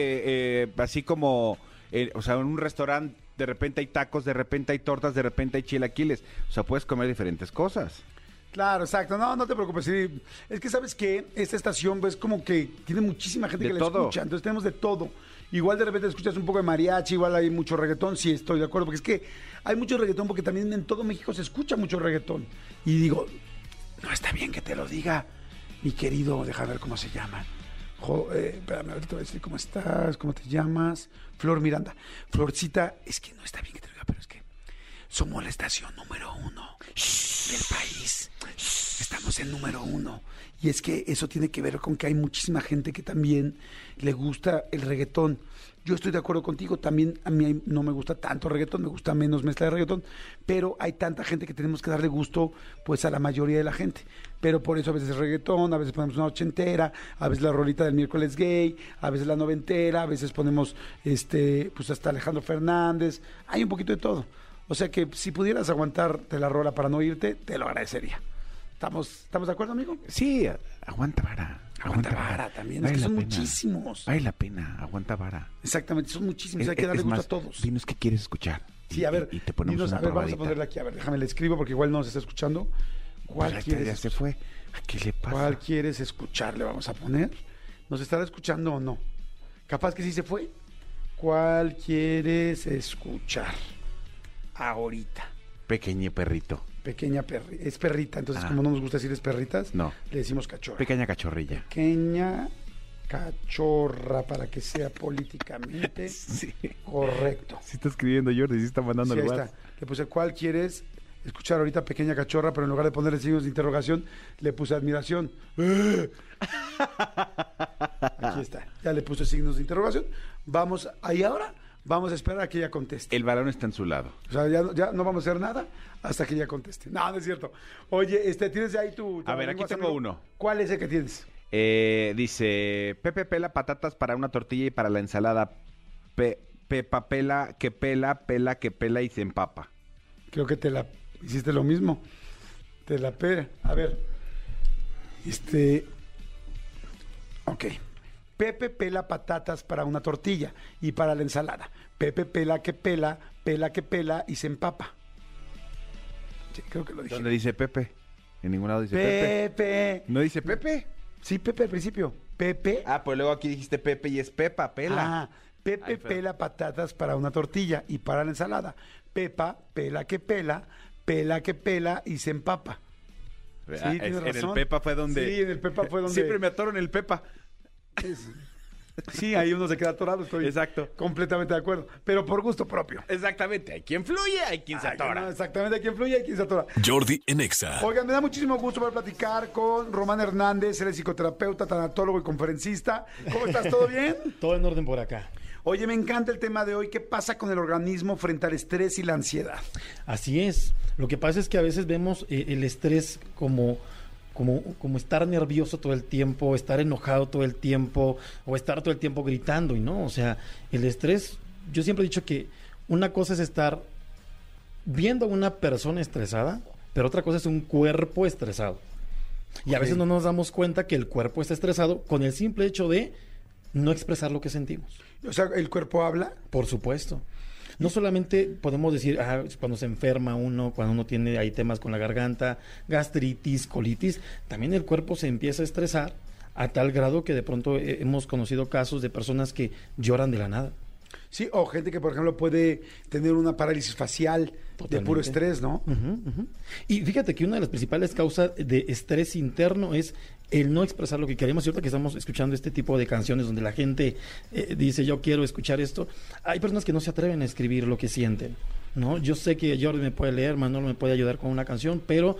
así como, o sea, en un restaurante de repente hay tacos, de repente hay tortas, de repente hay chilaquiles. O sea, puedes comer diferentes cosas. Claro, exacto. No te preocupes. Sí. Es que sabes que esta estación pues como que tiene muchísima gente que la escucha. Entonces tenemos de todo. Igual de repente escuchas un poco de mariachi, igual hay mucho reggaetón. Sí, estoy de acuerdo. Porque es que hay mucho reggaetón porque también en todo México se escucha mucho reggaetón. Y digo, no está bien que te lo diga, mi querido, deja ver cómo se llama. Espérame, ahorita te voy a decir cómo estás, cómo te llamas. Flor Miranda. Florcita, es que no está bien que te lo diga, pero es que somos la estación número 1 del país. Estamos en número 1. Y es que eso tiene que ver con que hay muchísima gente que también le gusta el reggaetón. Yo estoy de acuerdo contigo, también a mí no me gusta tanto reggaetón, me gusta menos mezcla de reggaetón, pero hay tanta gente que tenemos que darle gusto pues a la mayoría de la gente. Pero por eso a veces es reggaetón, a veces ponemos una ochentera, a veces la rolita del miércoles gay, a veces la noventera, a veces ponemos pues hasta Alejandro Fernández, hay un poquito de todo. O sea que si pudieras aguantarte la rola para no irte, te lo agradecería. ¿Estamos de acuerdo, amigo? Sí, aguanta vara. Aguanta vara también, vale, es que son pena. Muchísimos. Vale la pena, aguanta vara. Exactamente, son muchísimos, hay que darle gusto a todos. Dinos qué quieres escuchar. Sí, a ver, y te ponemos dinos, una a ver, vamos a probadita. ponerla aquí, a ver, déjame le escribo porque igual no se está escuchando. ¿Cuál Pues quieres? ya se fue. ¿A qué le pasa? ¿Cuál quieres escuchar? Le vamos a poner. ¿Nos estará escuchando o no? Capaz que sí se fue. ¿Cuál quieres escuchar? Ahorita. Pequeño perrito. Pequeña perrita. Es perrita, entonces como no nos gusta decir es perritas, No. le decimos cachorra. Pequeña cachorrilla. Pequeña cachorra para que sea políticamente Sí. correcto. Sí está escribiendo Jordi, sí está mandando Sí, el ahí WhatsApp. está. Le puse, ¿cuál quieres escuchar ahorita Pequeña Cachorra, pero en lugar de ponerle signos de interrogación, le puse admiración. Aquí está, ya le puse signos de interrogación. Vamos, ahí ahora, vamos a esperar a que ella conteste. El balón está en su lado. O sea, ya no vamos a hacer nada hasta que ella conteste. No, no es cierto. Oye, ¿tienes ahí tu A ver, aquí lenguas, tengo amigo? uno. ¿Cuál es el que tienes? Dice, Pepe pela patatas para una tortilla y para la ensalada. Pepa pela, que pela y se empapa. Creo que te la hiciste lo mismo. Te la pera. A ver. Ok. Pepe pela patatas para una tortilla y para la ensalada. Pepe pela que pela y se empapa. Sí, creo que lo dije. ¿Dónde dice Pepe? En ningún lado dice Pepe. Pepe. ¿No dice Pepe? Sí, Pepe al principio. Pepe. Ah, pues luego aquí dijiste Pepe y es Pepa, pela. Ah, Pepe Ay, feo. pela patatas para una tortilla y para la ensalada. Pepa pela que pela y se empapa. Sí, Ah, tienes en el razón. Pepa fue donde... Sí, en el Pepa fue donde... Siempre me atoro en el Pepa. Sí, ahí uno se queda atorado, estoy Exacto. completamente de acuerdo. Pero por gusto propio. Exactamente. Hay quien fluye, hay quien se Ay, atora. no, exactamente, aquí influye y quién se atora. Jordi en Exa. Oigan, me da muchísimo gusto poder platicar con Román Hernández, él es psicoterapeuta, tanatólogo y conferencista. ¿Cómo estás? ¿Todo bien? Todo en orden por acá. Oye, me encanta el tema de hoy. ¿Qué pasa con el organismo frente al estrés y la ansiedad? Así es. Lo que pasa es que a veces vemos el estrés como estar nervioso todo el tiempo, estar enojado todo el tiempo o estar todo el tiempo gritando y no, o sea, el estrés, yo siempre he dicho que una cosa es estar viendo a una persona estresada, pero otra cosa es un cuerpo estresado. Y a veces no nos damos cuenta que el cuerpo está estresado con el simple hecho de no expresar lo que sentimos. O sea, ¿el cuerpo habla? Por supuesto. No solamente podemos decir, cuando se enferma uno, cuando uno tiene ahí temas con la garganta, gastritis, colitis, también el cuerpo se empieza a estresar a tal grado que de pronto hemos conocido casos de personas que lloran de la nada. Sí, o gente que, por ejemplo, puede tener una parálisis facial de Totalmente. puro estrés, ¿no? Ujú, ujú. Y fíjate que una de las principales causas de estrés interno es el no expresar lo que queremos. Y ahorita que estamos escuchando este tipo de canciones donde la gente dice, yo quiero escuchar esto, hay personas que no se atreven a escribir lo que sienten, ¿no? Yo sé que Jordi me puede leer, Manolo me puede ayudar con una canción, pero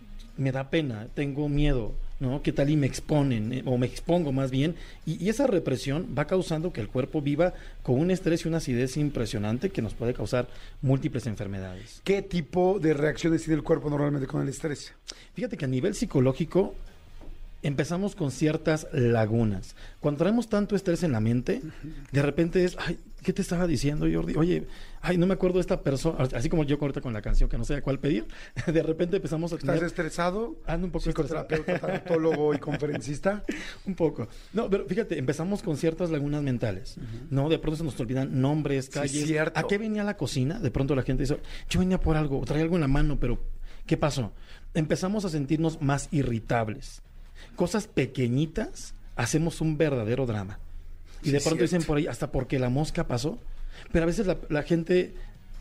me da pena, tengo miedo, ¿no? ¿Qué tal y me exponen, o me expongo más bien? Y esa represión va causando que el cuerpo viva con un estrés y una acidez impresionante que nos puede causar múltiples enfermedades. ¿Qué tipo de reacciones tiene el cuerpo normalmente con el estrés? Fíjate que a nivel psicológico empezamos con ciertas lagunas. Cuando traemos tanto estrés en la mente, de repente es, ay, ¿qué te estaba diciendo, Jordi? Oye, ay, no me acuerdo de esta persona, así como yo ahorita con la canción que no sé a cuál pedir, de repente empezamos a ¿Estás tener estresado? Ando un poco Psicoterapeuta, tanatólogo y conferencista. un poco. No, pero fíjate, empezamos con ciertas lagunas mentales, ¿no? De pronto se nos olvidan nombres, calles. cierto. ¿A qué venía la cocina? De pronto la gente dice, yo venía por algo, traía algo en la mano, pero ¿qué pasó? Empezamos a sentirnos más irritables. Cosas pequeñitas, hacemos un verdadero drama. Y Sí, de pronto cierto. dicen por ahí, hasta porque la mosca pasó. Pero a veces la gente,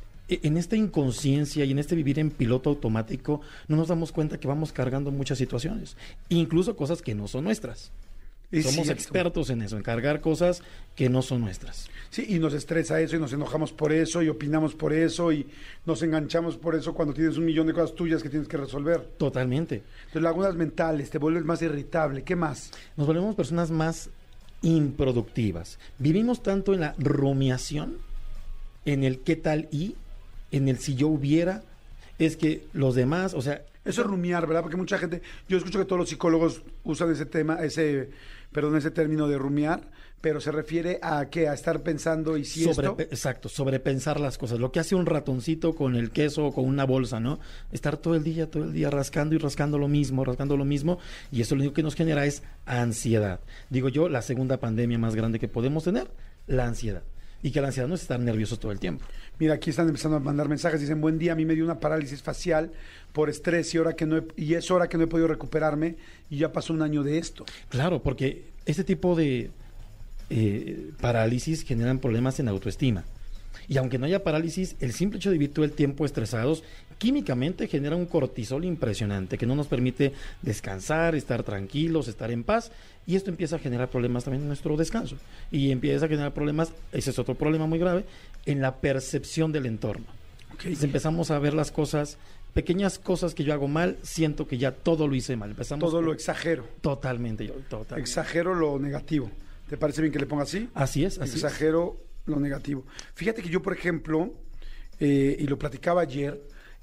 en esta inconsciencia y en este vivir en piloto automático, no nos damos cuenta que vamos cargando muchas situaciones. Incluso cosas que no son nuestras. Es Somos cierto. expertos en eso, en cargar cosas que no son nuestras. Sí, y nos estresa eso y nos enojamos por eso y opinamos por eso y nos enganchamos por eso cuando tienes 1,000,000 de cosas tuyas que tienes que resolver. Totalmente. Entonces, lagunas mentales, te vuelves más irritable. ¿Qué más? Nos volvemos personas más improductivas. Vivimos tanto en la rumiación, en el qué tal y, en el si yo hubiera, es que los demás, o sea... Eso es rumiar, ¿verdad? Porque mucha gente, yo escucho que todos los psicólogos usan ese término de rumiar, pero se refiere a qué, a estar pensando y si esto. Exacto, sobrepensar las cosas. Lo que hace un ratoncito con el queso o con una bolsa, ¿no? Estar todo el día rascando y rascando lo mismo, y eso lo único que nos genera es ansiedad. Digo yo, la segunda pandemia más grande que podemos tener, la ansiedad. Y que la ansiedad no es estar nerviosos todo el tiempo. Mira, aquí están empezando a mandar mensajes, dicen, buen día, a mí me dio una parálisis facial por estrés y es hora que no he podido recuperarme y ya pasó 1 año de esto. Claro, porque este tipo de parálisis generan problemas en la autoestima. Y aunque no haya parálisis, el simple hecho de vivir todo el tiempo estresados, químicamente genera un cortisol impresionante que no nos permite descansar, estar tranquilos, estar en paz. Y esto empieza a generar problemas también en nuestro descanso. Y empieza a generar problemas, ese es otro problema muy grave, en la percepción del entorno. Entonces empezamos a ver las cosas pequeñas cosas que yo hago mal, siento que ya todo lo hice mal. Empezamos Todo con- lo exagero. Totalmente, yo, totalmente. Exagero lo negativo. ¿Te parece bien que le ponga así? Así es, así es. Exagero lo negativo. Fíjate que yo, por ejemplo, y lo platicaba ayer,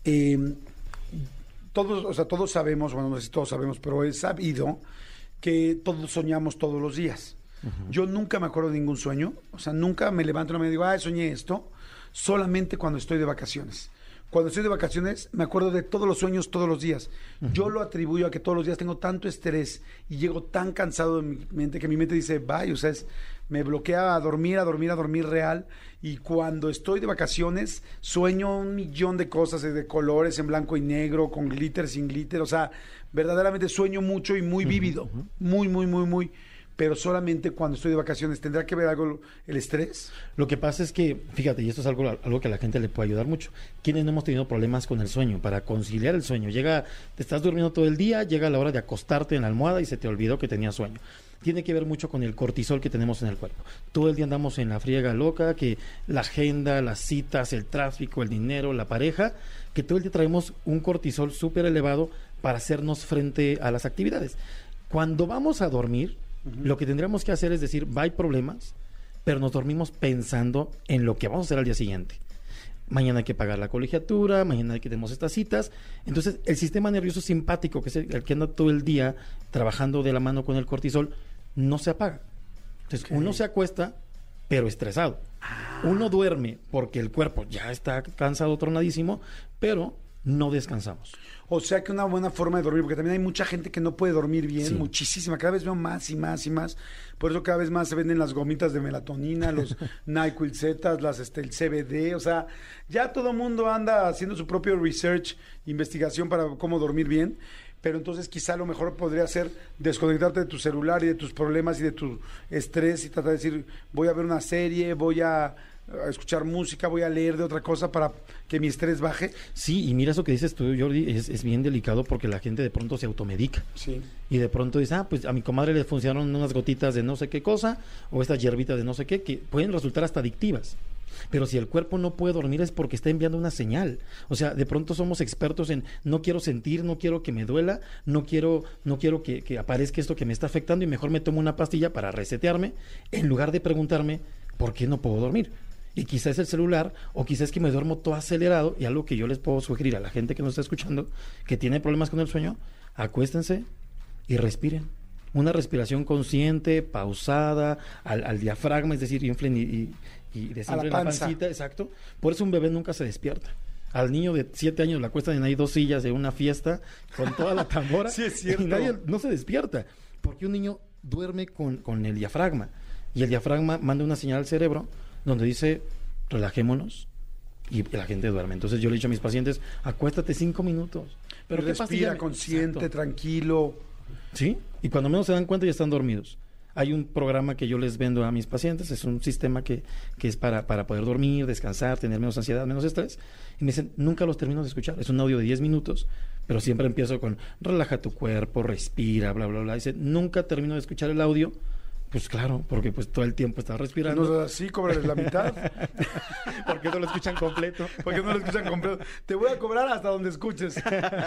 todos sabemos, bueno, no sé si todos sabemos, pero he sabido que todos soñamos todos los días. Yo nunca me acuerdo de ningún sueño, o sea, nunca me levanto y me digo, soñé esto, solamente cuando estoy de vacaciones. Cuando estoy de vacaciones me acuerdo de todos los sueños todos los días. Yo lo atribuyo a que todos los días tengo tanto estrés y llego tan cansado de mi mente que mi mente dice, vaya, o sea, me bloquea a dormir real. Y cuando estoy de vacaciones sueño un millón de cosas, de colores en blanco y negro, con glitter, sin glitter. O sea, verdaderamente sueño mucho y muy vívido. Muy, muy, muy, muy. Pero solamente cuando estoy de vacaciones. ¿Tendrá que ver algo el estrés? Lo que pasa es que, fíjate, y esto es algo que a la gente le puede ayudar mucho. ¿Quiénes no hemos tenido problemas con el sueño? Para conciliar el sueño. Te estás durmiendo todo el día, llega la hora de acostarte en la almohada y se te olvidó que tenías sueño. Tiene que ver mucho con el cortisol que tenemos en el cuerpo. Todo el día andamos en la friega loca, que la agenda, las citas, el tráfico, el dinero, la pareja, que todo el día traemos un cortisol súper elevado para hacernos frente a las actividades. Cuando vamos a dormir, lo que tendríamos que hacer es decir, hay problemas, pero nos dormimos pensando en lo que vamos a hacer al día siguiente. Mañana hay que pagar la colegiatura, mañana hay que tenemos estas citas. Entonces, el sistema nervioso simpático, que es el que anda todo el día trabajando de la mano con el cortisol, no se apaga. Entonces, uno se acuesta, pero estresado. Uno duerme porque el cuerpo ya está cansado, tronadísimo, pero no descansamos. O sea que una buena forma de dormir, porque también hay mucha gente que no puede dormir bien, Sí. muchísima. Cada vez veo más y más y más. Por eso cada vez más se venden las gomitas de melatonina, los NyQuil Z, el CBD. O sea, ya todo el mundo anda haciendo su propio research, investigación para cómo dormir bien. Pero entonces quizá lo mejor podría ser desconectarte de tu celular y de tus problemas y de tu estrés y tratar de decir, voy a ver una serie, voy a escuchar música, voy a leer de otra cosa para que mi estrés baje. Sí, y mira eso que dices tú, Jordi, es bien delicado porque la gente de pronto se automedica. Sí. Y de pronto dice, pues a mi comadre le funcionaron unas gotitas de no sé qué cosa, o estas hierbitas de no sé qué, que pueden resultar hasta adictivas. Pero si el cuerpo no puede dormir es porque está enviando una señal. O sea, de pronto somos expertos en no quiero sentir, no quiero que me duela, no quiero que aparezca esto que me está afectando y mejor me tomo una pastilla para resetearme, en lugar de preguntarme por qué no puedo dormir. Y quizás es el celular, o quizás es que me duermo todo acelerado, y algo que yo les puedo sugerir a la gente que nos está escuchando, que tiene problemas con el sueño, acuéstense y respiren. Una respiración consciente, pausada, al diafragma, es decir, inflen y desinflen la panza. pancita, exacto. Por eso un bebé nunca se despierta. Al niño de 7 años le acuestan en ahí 2 sillas de una fiesta con toda la tambora Sí, es cierto. y nadie no se despierta, porque un niño duerme con el diafragma, y el diafragma manda una señal al cerebro donde dice, relajémonos, y la gente duerme. Entonces yo le he dicho a mis pacientes, acuéstate 5 minutos. Pero ¿qué pasa? respira Ya consciente, Exacto. tranquilo. Sí, y cuando menos se dan cuenta ya están dormidos. Hay un programa que yo les vendo a mis pacientes, es un sistema que es para poder dormir, descansar, tener menos ansiedad, menos estrés. Y me dicen, nunca los termino de escuchar. Es un audio de 10 minutos, pero siempre empiezo con, relaja tu cuerpo, respira, bla, bla, bla. Dice, nunca termino de escuchar el audio. Pues claro, porque pues todo el tiempo estás respirando. No es así, cóbrales la mitad. Porque no lo escuchan completo. Porque no lo escuchan completo. Te voy a cobrar hasta donde escuches.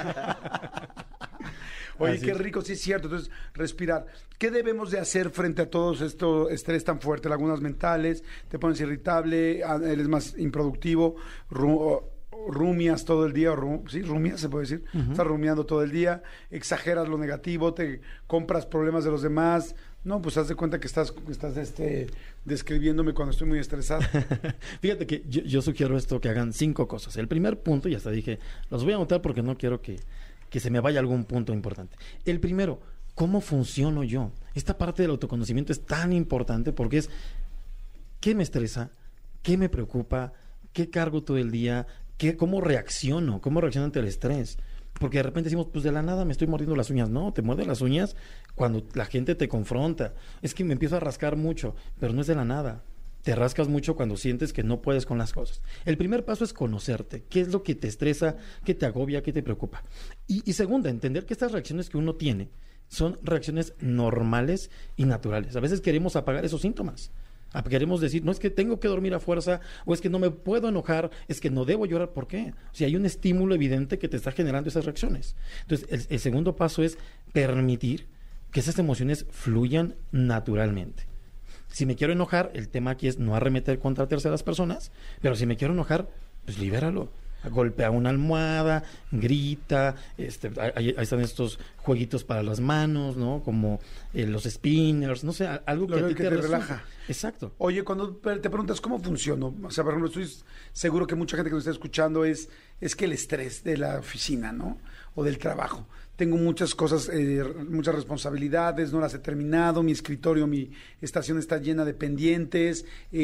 Oye, Así qué es. rico, sí es cierto. Entonces, respirar. ¿Qué debemos de hacer frente a todo esto estrés tan fuerte? Lagunas mentales, te pones irritable, eres más improductivo, rumias todo el día, sí, rumias se puede decir, estás rumiando todo el día, exageras lo negativo, te compras problemas de los demás. No, pues haz de cuenta que estás describiéndome cuando estoy muy estresado. Fíjate que yo sugiero esto, que hagan 5 cosas. El primer punto, y hasta dije, los voy a anotar porque no quiero que se me vaya algún punto importante. El primero, ¿cómo funciono yo? Esta parte del autoconocimiento es tan importante porque es, ¿qué me estresa? ¿Qué me preocupa? ¿Qué cargo todo el día? ¿Cómo reacciono? ¿Cómo reacciono ante el estrés? Porque de repente decimos, pues de la nada me estoy mordiendo las uñas. No, te muerdes las uñas cuando la gente te confronta. Es que me empiezo a rascar mucho, pero no es de la nada. Te rascas mucho cuando sientes que no puedes con las cosas. El primer paso es conocerte. ¿Qué es lo que te estresa, qué te agobia, qué te preocupa? Y segunda, entender que estas reacciones que uno tiene son reacciones normales y naturales. A veces queremos apagar esos síntomas. Queremos decir, no es que tengo que dormir a fuerza, o es que no me puedo enojar, es que no debo llorar. ¿Por qué? O sea, hay un estímulo evidente que te está generando esas reacciones. Entonces, el segundo paso es permitir que esas emociones fluyan naturalmente. Si me quiero enojar, el tema aquí es no arremeter contra terceras personas, pero si me quiero enojar, pues libéralo. Golpea una almohada, grita, ahí están estos jueguitos para las manos, ¿no? Como los spinners, no sé, algo que a ti te relaja. Exacto. Oye, cuando te preguntas cómo funciono, o sea, por ejemplo, estoy seguro que mucha gente que nos está escuchando es que el estrés de la oficina, ¿no? O del trabajo. Tengo muchas cosas, muchas responsabilidades, no las he terminado, mi escritorio, mi estación está llena de pendientes,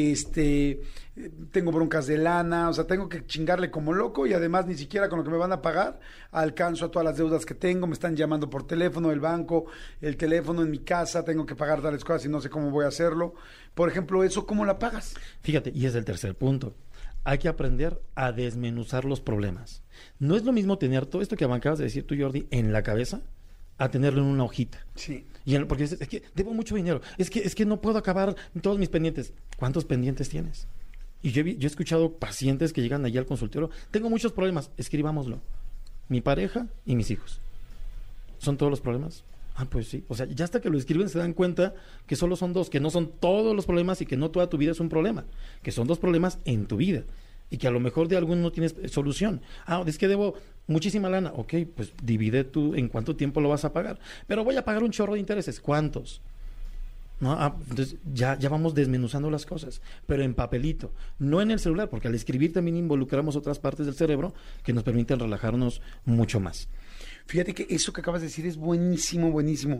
tengo broncas de lana, o sea, tengo que chingarle como loco y además ni siquiera con lo que me van a pagar alcanzo a todas las deudas que tengo, me están llamando por teléfono, el banco, el teléfono en mi casa, tengo que pagar tales cosas y no sé cómo voy a hacerlo. Por ejemplo, ¿eso cómo la pagas? Fíjate, y es el tercer punto. Hay que aprender a desmenuzar los problemas. No es lo mismo tener todo esto que acabas de decir tú, Jordi, en la cabeza, a tenerlo en una hojita. Sí. Porque dices, es que debo mucho dinero, es que no puedo acabar todos mis pendientes. ¿Cuántos pendientes tienes? Y yo he escuchado pacientes que llegan allí al consultorio, tengo muchos problemas, escribámoslo. Mi pareja y mis hijos. ¿Son todos los problemas? Pues sí. O sea, ya hasta que lo escriben se dan cuenta que solo son 2, que no son todos los problemas y que no toda tu vida es un problema, que son 2 problemas en tu vida y que a lo mejor de alguno no tienes solución. Es que debo muchísima lana. Ok, pues divide tú en cuánto tiempo lo vas a pagar. Pero voy a pagar un chorro de intereses. ¿Cuántos? ¿No? Entonces ya vamos desmenuzando las cosas, pero en papelito, no en el celular, porque al escribir también involucramos otras partes del cerebro que nos permiten relajarnos mucho más. Fíjate que eso que acabas de decir es buenísimo, buenísimo.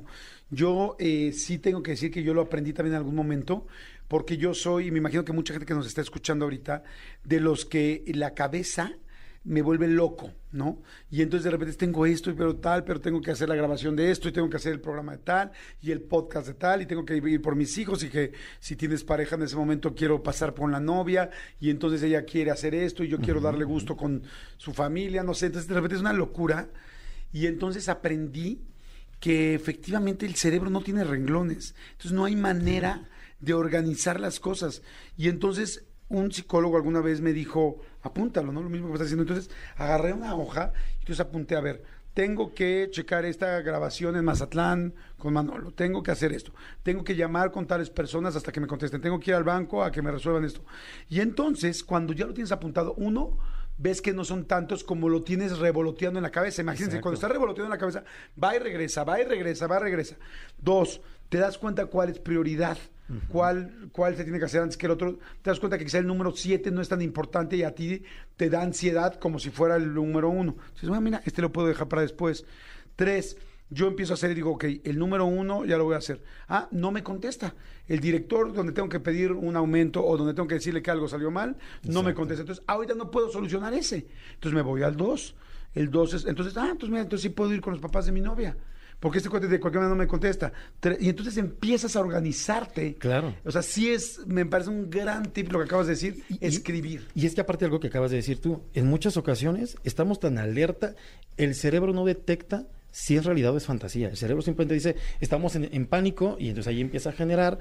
Yo sí tengo que decir que yo lo aprendí también en algún momento, porque yo soy, y me imagino que mucha gente que nos está escuchando ahorita, de los que la cabeza me vuelve loco, ¿no? Y entonces de repente tengo esto, pero tengo que hacer la grabación de esto, y tengo que hacer el programa de tal, y el podcast de tal, y tengo que ir por mis hijos, y que si tienes pareja en ese momento quiero pasar por la novia, y entonces ella quiere hacer esto, y yo quiero darle gusto con su familia, no sé, entonces de repente es una locura. Y entonces aprendí que efectivamente el cerebro no tiene renglones. Entonces no hay manera de organizar las cosas. Y entonces un psicólogo alguna vez me dijo, apúntalo, ¿no? Lo mismo que estás haciendo. Entonces agarré una hoja y entonces apunté, a ver, tengo que checar esta grabación en Mazatlán con Manolo, tengo que hacer esto, tengo que llamar con tales personas hasta que me contesten, tengo que ir al banco a que me resuelvan esto. Y entonces, cuando ya lo tienes apuntado, uno, ves que no son tantos como lo tienes revoloteando en la cabeza. Imagínense, cuando está revoloteando en la cabeza, va y regresa, va y regresa, va y regresa. 2, te das cuenta cuál es prioridad, cuál se tiene que hacer antes que el otro. Te das cuenta que quizá el número 7 no es tan importante y a ti te da ansiedad como si fuera el número 1. Dices, bueno, mira, lo puedo dejar para después. 3, yo empiezo a hacer y digo, ok, el número 1 ya lo voy a hacer. No me contesta. El director, donde tengo que pedir un aumento o donde tengo que decirle que algo salió mal, no me contesta. Entonces, ahorita no puedo solucionar ese. Entonces me voy al 2. El 2 es, entonces mira, entonces sí puedo ir con los papás de mi novia. Porque este cuate de cualquier manera no me contesta. Y entonces empiezas a organizarte. Claro. O sea, sí me parece un gran tip lo que acabas de decir, escribir. Y es que aparte de algo que acabas de decir tú, en muchas ocasiones estamos tan alerta, el cerebro no detecta si es realidad o es fantasía. El cerebro simplemente dice, estamos en pánico, y entonces ahí empieza a generar,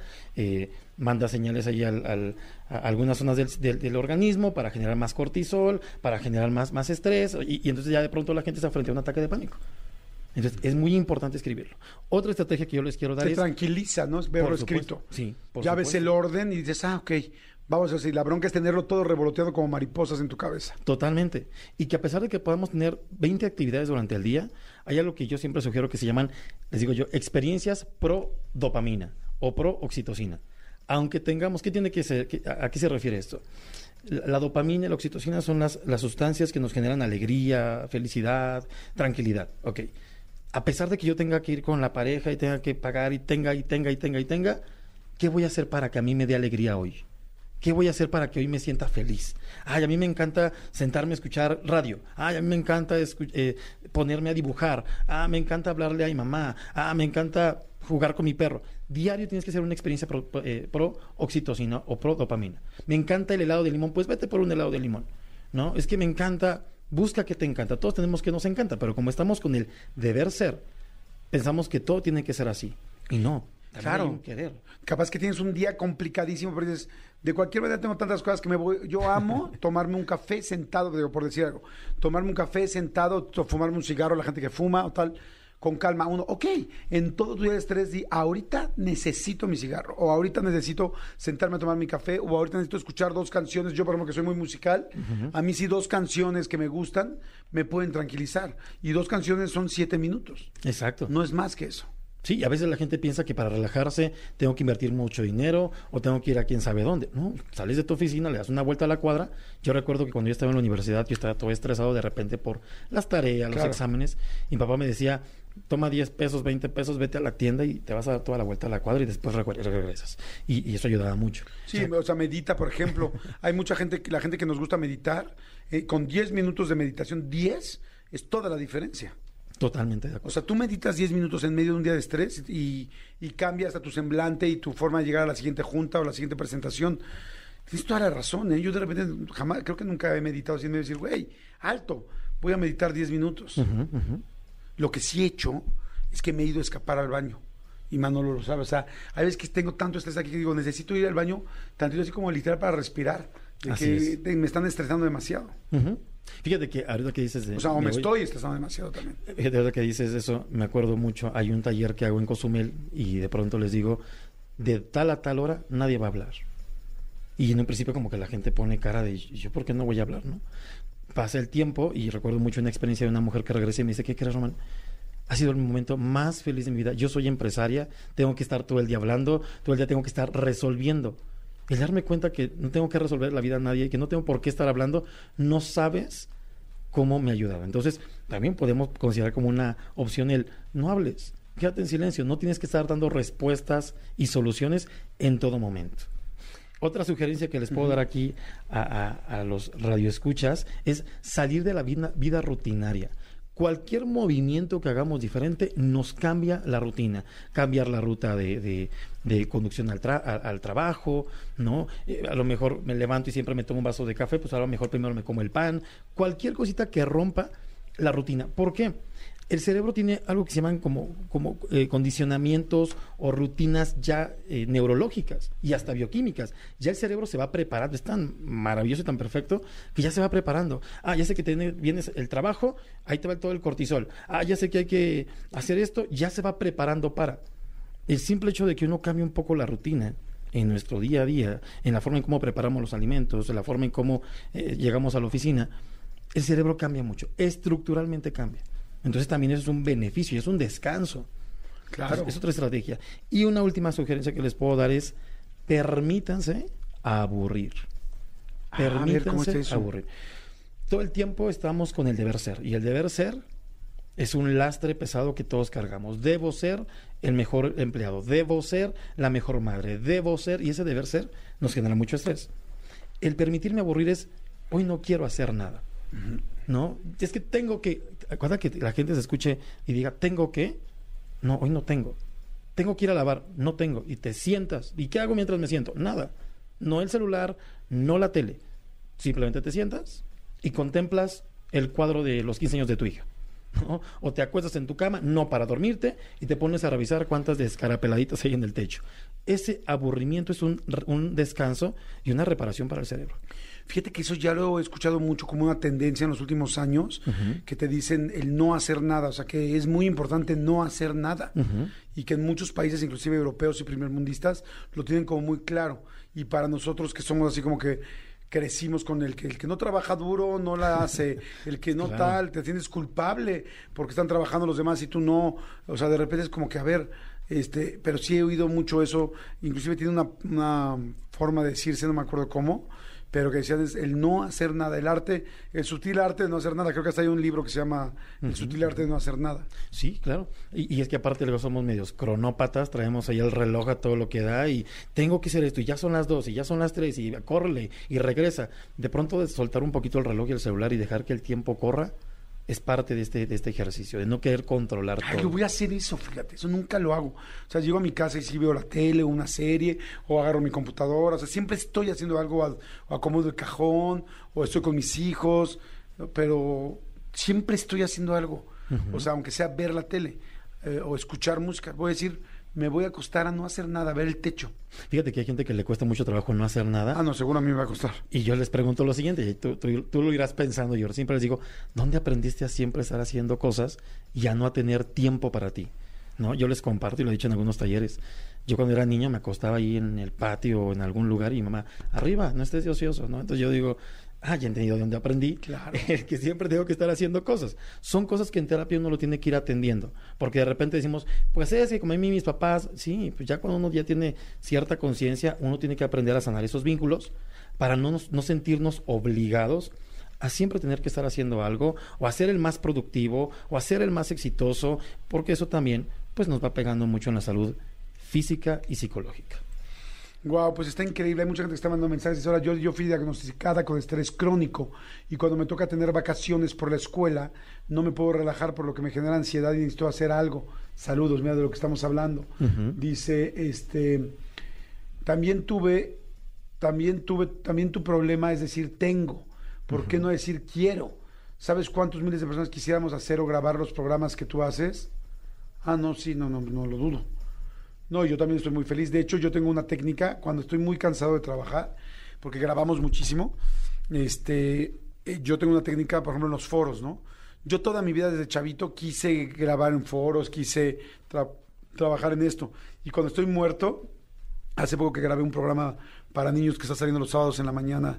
manda señales ahí a algunas zonas del organismo para generar más cortisol, para generar más estrés, y entonces ya de pronto la gente se enfrenta a un ataque de pánico. Entonces es muy importante escribirlo. Otra estrategia que yo les quiero dar es... Te tranquiliza, ¿no? Es verlo escrito. Sí, ya ves el orden y dices, ok, vamos a decir, la bronca es tenerlo todo revoloteado como mariposas en tu cabeza. Totalmente. Y que a pesar de que podamos tener 20 actividades durante el día, hay algo que yo siempre sugiero que se llaman, les digo yo, experiencias pro dopamina o pro oxitocina. Aunque tengamos, ¿qué tiene que ser? ¿A qué se refiere esto? La dopamina y la oxitocina son las sustancias que nos generan alegría, felicidad, tranquilidad. Ok. A pesar de que yo tenga que ir con la pareja y tenga que pagar y tenga, ¿qué voy a hacer para que a mí me dé alegría hoy? ¿Qué voy a hacer para que hoy me sienta feliz? A mí me encanta sentarme a escuchar radio. A mí me encanta ponerme a dibujar. Me encanta hablarle a mi mamá. Me encanta jugar con mi perro. Diario tienes que hacer una experiencia pro oxitocina o pro dopamina. Me encanta el helado de limón, pues vete por un helado de limón, ¿no? Es que me encanta... Busca que te encanta. Todos tenemos que nos encanta, pero como estamos con el deber ser, pensamos que todo tiene que ser así. Y no. también Claro. hay un querer. Capaz que tienes un día complicadísimo, pero dices, de cualquier manera tengo tantas cosas que me voy. Yo amo tomarme un café sentado, digo, por decir algo. Tomarme un café sentado, fumarme un cigarro, la gente que fuma o tal, con calma. Uno, ok, en todo tu día de estrés, di, ahorita necesito mi cigarro, o ahorita necesito sentarme a tomar mi café, o ahorita necesito escuchar 2 canciones. Yo, por ejemplo, que soy muy musical, a mí sí 2 canciones que me gustan me pueden tranquilizar. Y 2 canciones son 7 minutos. Exacto. No es más que eso. Sí, a veces la gente piensa que para relajarse tengo que invertir mucho dinero o tengo que ir a quién sabe dónde. No, sales de tu oficina, le das una vuelta a la cuadra. Yo recuerdo que cuando yo estaba en la universidad, yo estaba todo estresado de repente por las tareas, los Claro. exámenes. Y mi papá me decía, toma 10 pesos, 20 pesos, vete a la tienda y te vas a dar toda la vuelta a la cuadra y después regresas. Y eso ayudaba mucho. Sí, o sea, medita, por ejemplo. Hay mucha gente, la gente que nos gusta meditar, con 10 minutos de meditación, 10 es toda la diferencia. Totalmente de O acuerdo. sea, tú meditas 10 minutos en medio de un día de estrés y cambia hasta tu semblante y tu forma de llegar a la siguiente junta o la siguiente presentación. Tienes toda la razón, ¿eh? Yo de repente jamás, creo que nunca he meditado así en medio de decir, güey, alto, voy a meditar 10 minutos. Lo que sí he hecho es que me he ido a escapar al baño. Y Manolo lo sabe. O sea, hay veces que tengo tanto estrés aquí que digo, necesito ir al baño, tantito así como literal para respirar. De Así que es. me están estresando demasiado. Ujú. Fíjate que ahorita que dices de... O sea, o me voy- estoy estresando demasiado también. Fíjate, ahorita que dices eso, me acuerdo mucho, hay un taller que hago en Cozumel y de pronto les digo, de tal a tal hora nadie va a hablar. Y en un principio como que la gente pone cara de, ¿y yo por qué no voy a hablar, no? Pasa el tiempo y recuerdo mucho una experiencia de una mujer que regresa y me dice, ¿qué crees, Román? Ha sido el momento más feliz de mi vida. Yo soy empresaria, tengo que estar todo el día hablando, todo el día tengo que estar resolviendo. El darme cuenta que no tengo que resolver la vida a nadie y que no tengo por qué estar hablando, no sabes cómo me ayudaba. Entonces, también podemos considerar como una opción el no hables, quédate en silencio, no tienes que estar dando respuestas y soluciones en todo momento. Otra sugerencia que les puedo dar aquí a los radioescuchas es salir de la vida rutinaria. Cualquier movimiento que hagamos diferente nos cambia la rutina. Cambiar la ruta de conducción al trabajo, ¿no? A lo mejor me levanto y siempre me tomo un vaso de café, pues a lo mejor primero me como el pan. Cualquier cosita que rompa la rutina. ¿Por qué? El cerebro tiene algo que se llaman como condicionamientos o rutinas ya neurológicas y hasta bioquímicas. Ya el cerebro se va preparando, es tan maravilloso y tan perfecto que ya se va preparando. Ah, ya sé que vienes el trabajo, ahí te va todo el cortisol. Ah, ya sé que hay que hacer esto, ya se va preparando para. El simple hecho de que uno cambie un poco la rutina en nuestro día a día, en la forma en cómo preparamos los alimentos, en la forma en cómo llegamos a la oficina, el cerebro cambia mucho, estructuralmente cambia. Entonces también eso es un beneficio, es un descanso. Claro. Es otra estrategia. Y una última sugerencia que les puedo dar es permítanse aburrir. A ver, ¿cómo Permítanse está eso? aburrir. Todo el tiempo estamos con el deber ser. Y el deber ser es un lastre pesado que todos cargamos. Debo ser el mejor empleado. Debo ser la mejor madre. Debo ser... Y ese deber ser nos genera mucho estrés. El permitirme aburrir es, hoy no quiero hacer nada. ¿No? Es que tengo que... Acuérdate que la gente se escuche y diga, ¿tengo que? No, hoy no tengo. Tengo que ir a lavar, no tengo. Y te sientas. ¿Y qué hago mientras me siento? Nada. No el celular, no la tele. Simplemente te sientas y contemplas el cuadro de los 15 años de tu hija, ¿no? O te acuestas en tu cama, no para dormirte, y te pones a revisar cuántas descarapeladitas hay en el techo. Ese aburrimiento es un descanso y una reparación para el cerebro. Fíjate que eso ya lo he escuchado mucho como una tendencia en los últimos años, que te dicen el no hacer nada, o sea que es muy importante no hacer nada, y que en muchos países, inclusive europeos y primermundistas, lo tienen como muy claro, y para nosotros que somos así como que crecimos con el que no trabaja duro, no la hace, el que no Claro. tal, te sientes culpable porque están trabajando los demás y tú no, o sea, de repente es como que, a ver, pero sí he oído mucho eso, inclusive tiene una forma de decirse, no me acuerdo cómo, pero que decían es el no hacer nada, el arte, el sutil arte de no hacer nada. Creo que hasta hay un libro que se llama El sutil arte de no hacer nada. Sí, claro. Y es que aparte luego somos medios cronópatas, traemos ahí el reloj a todo lo que da y tengo que hacer esto y ya son las 2 y ya son las 3 y córrele y regresa. De pronto de soltar un poquito el reloj y el celular y dejar que el tiempo corra es parte de este ejercicio, de no querer controlar Ay, yo todo. voy a hacer eso, fíjate, eso nunca lo hago. O sea, llego a mi casa y sí veo la tele o una serie, o agarro mi computadora, o sea, siempre estoy haciendo algo, o acomodo el cajón, o estoy con mis hijos, pero siempre estoy haciendo algo. O sea, aunque sea ver la tele o escuchar música, voy a decir, me voy a acostar a no hacer nada, a ver el techo. Fíjate que hay gente que le cuesta mucho trabajo no hacer nada. Ah, no, seguro a mí me va a costar. Y yo les pregunto lo siguiente, y tú lo irás pensando, yo siempre les digo, ¿dónde aprendiste a siempre estar haciendo cosas y a no a tener tiempo para ti? ¿No? Yo les comparto, y lo he dicho en algunos talleres, yo cuando era niño me acostaba ahí en el patio o en algún lugar y mamá, arriba, no estés de ocioso, ¿no? Entonces yo digo, ya he entendido de dónde aprendí, Claro. que siempre tengo que estar haciendo cosas. Son cosas que en terapia uno lo tiene que ir atendiendo, porque de repente decimos, pues es que como a mí mis papás, sí, pues ya cuando uno ya tiene cierta conciencia, uno tiene que aprender a sanar esos vínculos para no sentirnos obligados a siempre tener que estar haciendo algo, o a ser el más productivo, o a ser el más exitoso, porque eso también pues nos va pegando mucho en la salud física y psicológica. Wow, pues está increíble. Hay mucha gente que está mandando mensajes. Dice, ahora yo fui diagnosticada con estrés crónico y cuando me toca tener vacaciones por la escuela, no me puedo relajar por lo que me genera ansiedad y necesito hacer algo. Saludos, mira de lo que estamos hablando. Dice, también tu problema es decir tengo. ¿Por qué no decir quiero? ¿Sabes cuántos miles de personas quisiéramos hacer o grabar los programas que tú haces? Ah, no, sí, no lo dudo. No, yo también estoy muy feliz. De hecho, yo tengo una técnica cuando estoy muy cansado de trabajar, porque grabamos muchísimo. Yo tengo una técnica, por ejemplo, en los foros, ¿no? Yo toda mi vida desde chavito quise grabar en foros, quise trabajar en esto. Y cuando estoy muerto, hace poco que grabé un programa para niños que está saliendo los sábados en la mañana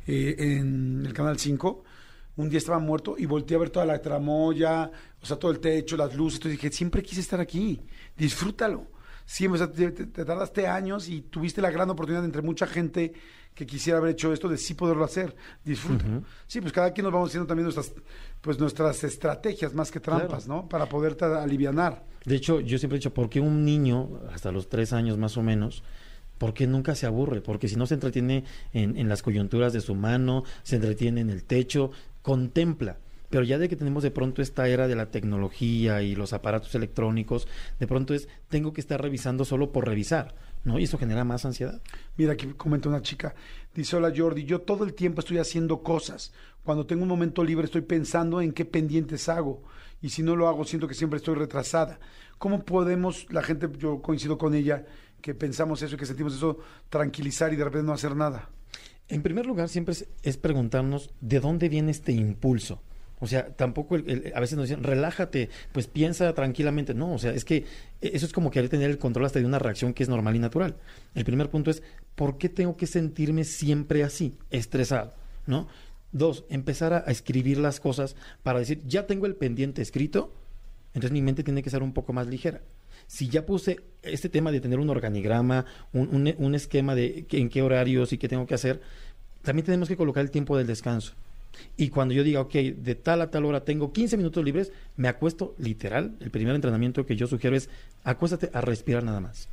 en el Canal 5, un día estaba muerto y volteé a ver toda la tramoya, o sea, todo el techo, las luces. Entonces dije, siempre quise estar aquí, disfrútalo. Siempre, o sea, te tardaste años y tuviste la gran oportunidad entre mucha gente que quisiera haber hecho esto, de sí poderlo hacer. Disfrútalo. Sí, pues cada quien nos vamos haciendo también nuestras estrategias más que trampas, ¿no? Para poderte alivianar. De hecho, yo siempre he dicho, ¿por qué un niño, hasta los 3 años más o menos, por qué nunca se aburre? Porque si no se entretiene en las coyunturas de su mano, se entretiene en el techo, contempla. Pero ya de que tenemos de pronto esta era de la tecnología y los aparatos electrónicos, de pronto tengo que estar revisando solo por revisar, ¿no? Y eso genera más ansiedad. Mira, aquí comenta una chica, dice, hola Jordi, yo todo el tiempo estoy haciendo cosas. Cuando tengo un momento libre estoy pensando en qué pendientes hago. Y si no lo hago, siento que siempre estoy retrasada. ¿Cómo podemos, la gente, yo coincido con ella, que pensamos eso y que sentimos eso, tranquilizar y de repente no hacer nada? En primer lugar, siempre es preguntarnos de dónde viene este impulso. O sea, tampoco a veces nos dicen, relájate, pues piensa tranquilamente. No, o sea, es que eso es como querer tener el control hasta de una reacción que es normal y natural. El primer punto es, ¿por qué tengo que sentirme siempre así, estresado? ¿No? 2, empezar a escribir las cosas para decir, ya tengo el pendiente escrito, entonces mi mente tiene que ser un poco más ligera. Si ya puse este tema de tener un organigrama, un esquema de en qué horarios y qué tengo que hacer, también tenemos que colocar el tiempo del descanso. Y cuando yo diga, ok, de tal a tal hora tengo 15 minutos libres, me acuesto literal. El primer entrenamiento que yo sugiero es, acuéstate a respirar nada más.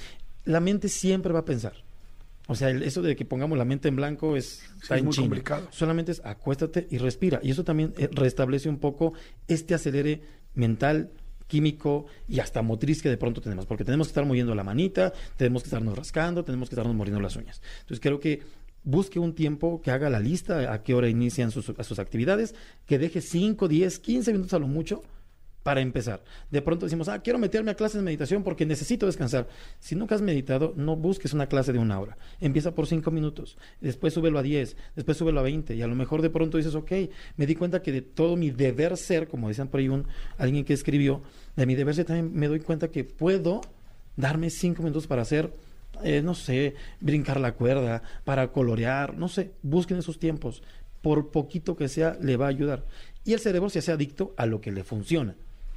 La mente siempre va a pensar. O sea, eso de que pongamos la mente en blanco está en muy China. complicado. Solamente es acuéstate y respira. Y eso también restablece un poco este acelere mental, químico y hasta motriz que de pronto tenemos. Porque tenemos que estar moviendo la manita, tenemos que estarnos rascando, tenemos que estarnos mordiendo las uñas. Entonces creo que busque un tiempo, que haga la lista a qué hora inician sus actividades, que deje 5, 10, 15 minutos a lo mucho para empezar. De pronto decimos, quiero meterme a clases de meditación porque necesito descansar. Si nunca has meditado, no busques una clase de 1 hora. Empieza por 5 minutos, después súbelo a 10, después súbelo a 20 y a lo mejor de pronto dices, ok, me di cuenta que de todo mi deber ser, como decían por ahí alguien que escribió, de mi deber ser también me doy cuenta que puedo darme 5 minutos para hacer no sé, brincar la cuerda, para colorear, no sé, busquen esos tiempos. Por poquito que sea, le va a ayudar. Y el cerebro se hace adicto a lo que le funciona.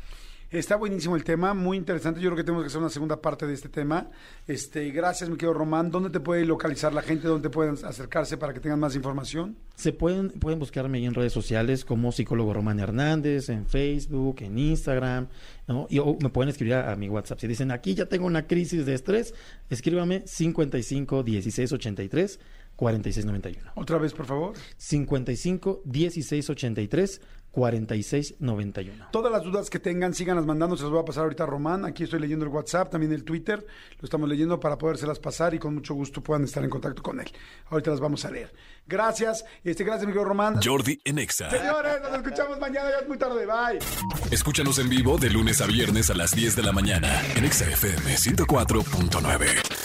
Está buenísimo el tema, muy interesante. Yo creo que tenemos que hacer una segunda parte de este tema. Gracias, mi querido Román. ¿Dónde te puede localizar la gente? ¿Dónde pueden acercarse para que tengan más información? Pueden buscarme ahí en redes sociales como psicólogo Román Hernández, en Facebook, en Instagram, ¿no? O me pueden escribir a mi WhatsApp. Si dicen, aquí ya tengo una crisis de estrés, escríbame 55 16 83 46 91. Otra vez, por favor. 55 16 83 4691. Todas las dudas que tengan, síganlas mandando, se las voy a pasar ahorita a Román. Aquí estoy leyendo el WhatsApp, también el Twitter, lo estamos leyendo para podérselas pasar y con mucho gusto puedan estar en contacto con él. Ahorita las vamos a leer. Gracias, gracias, mi querido Román. Jordi en Exa. Señores, nos escuchamos mañana, ya es muy tarde, bye. Escúchanos en vivo de lunes a viernes a las 10 de la mañana en Exa FM 104.9.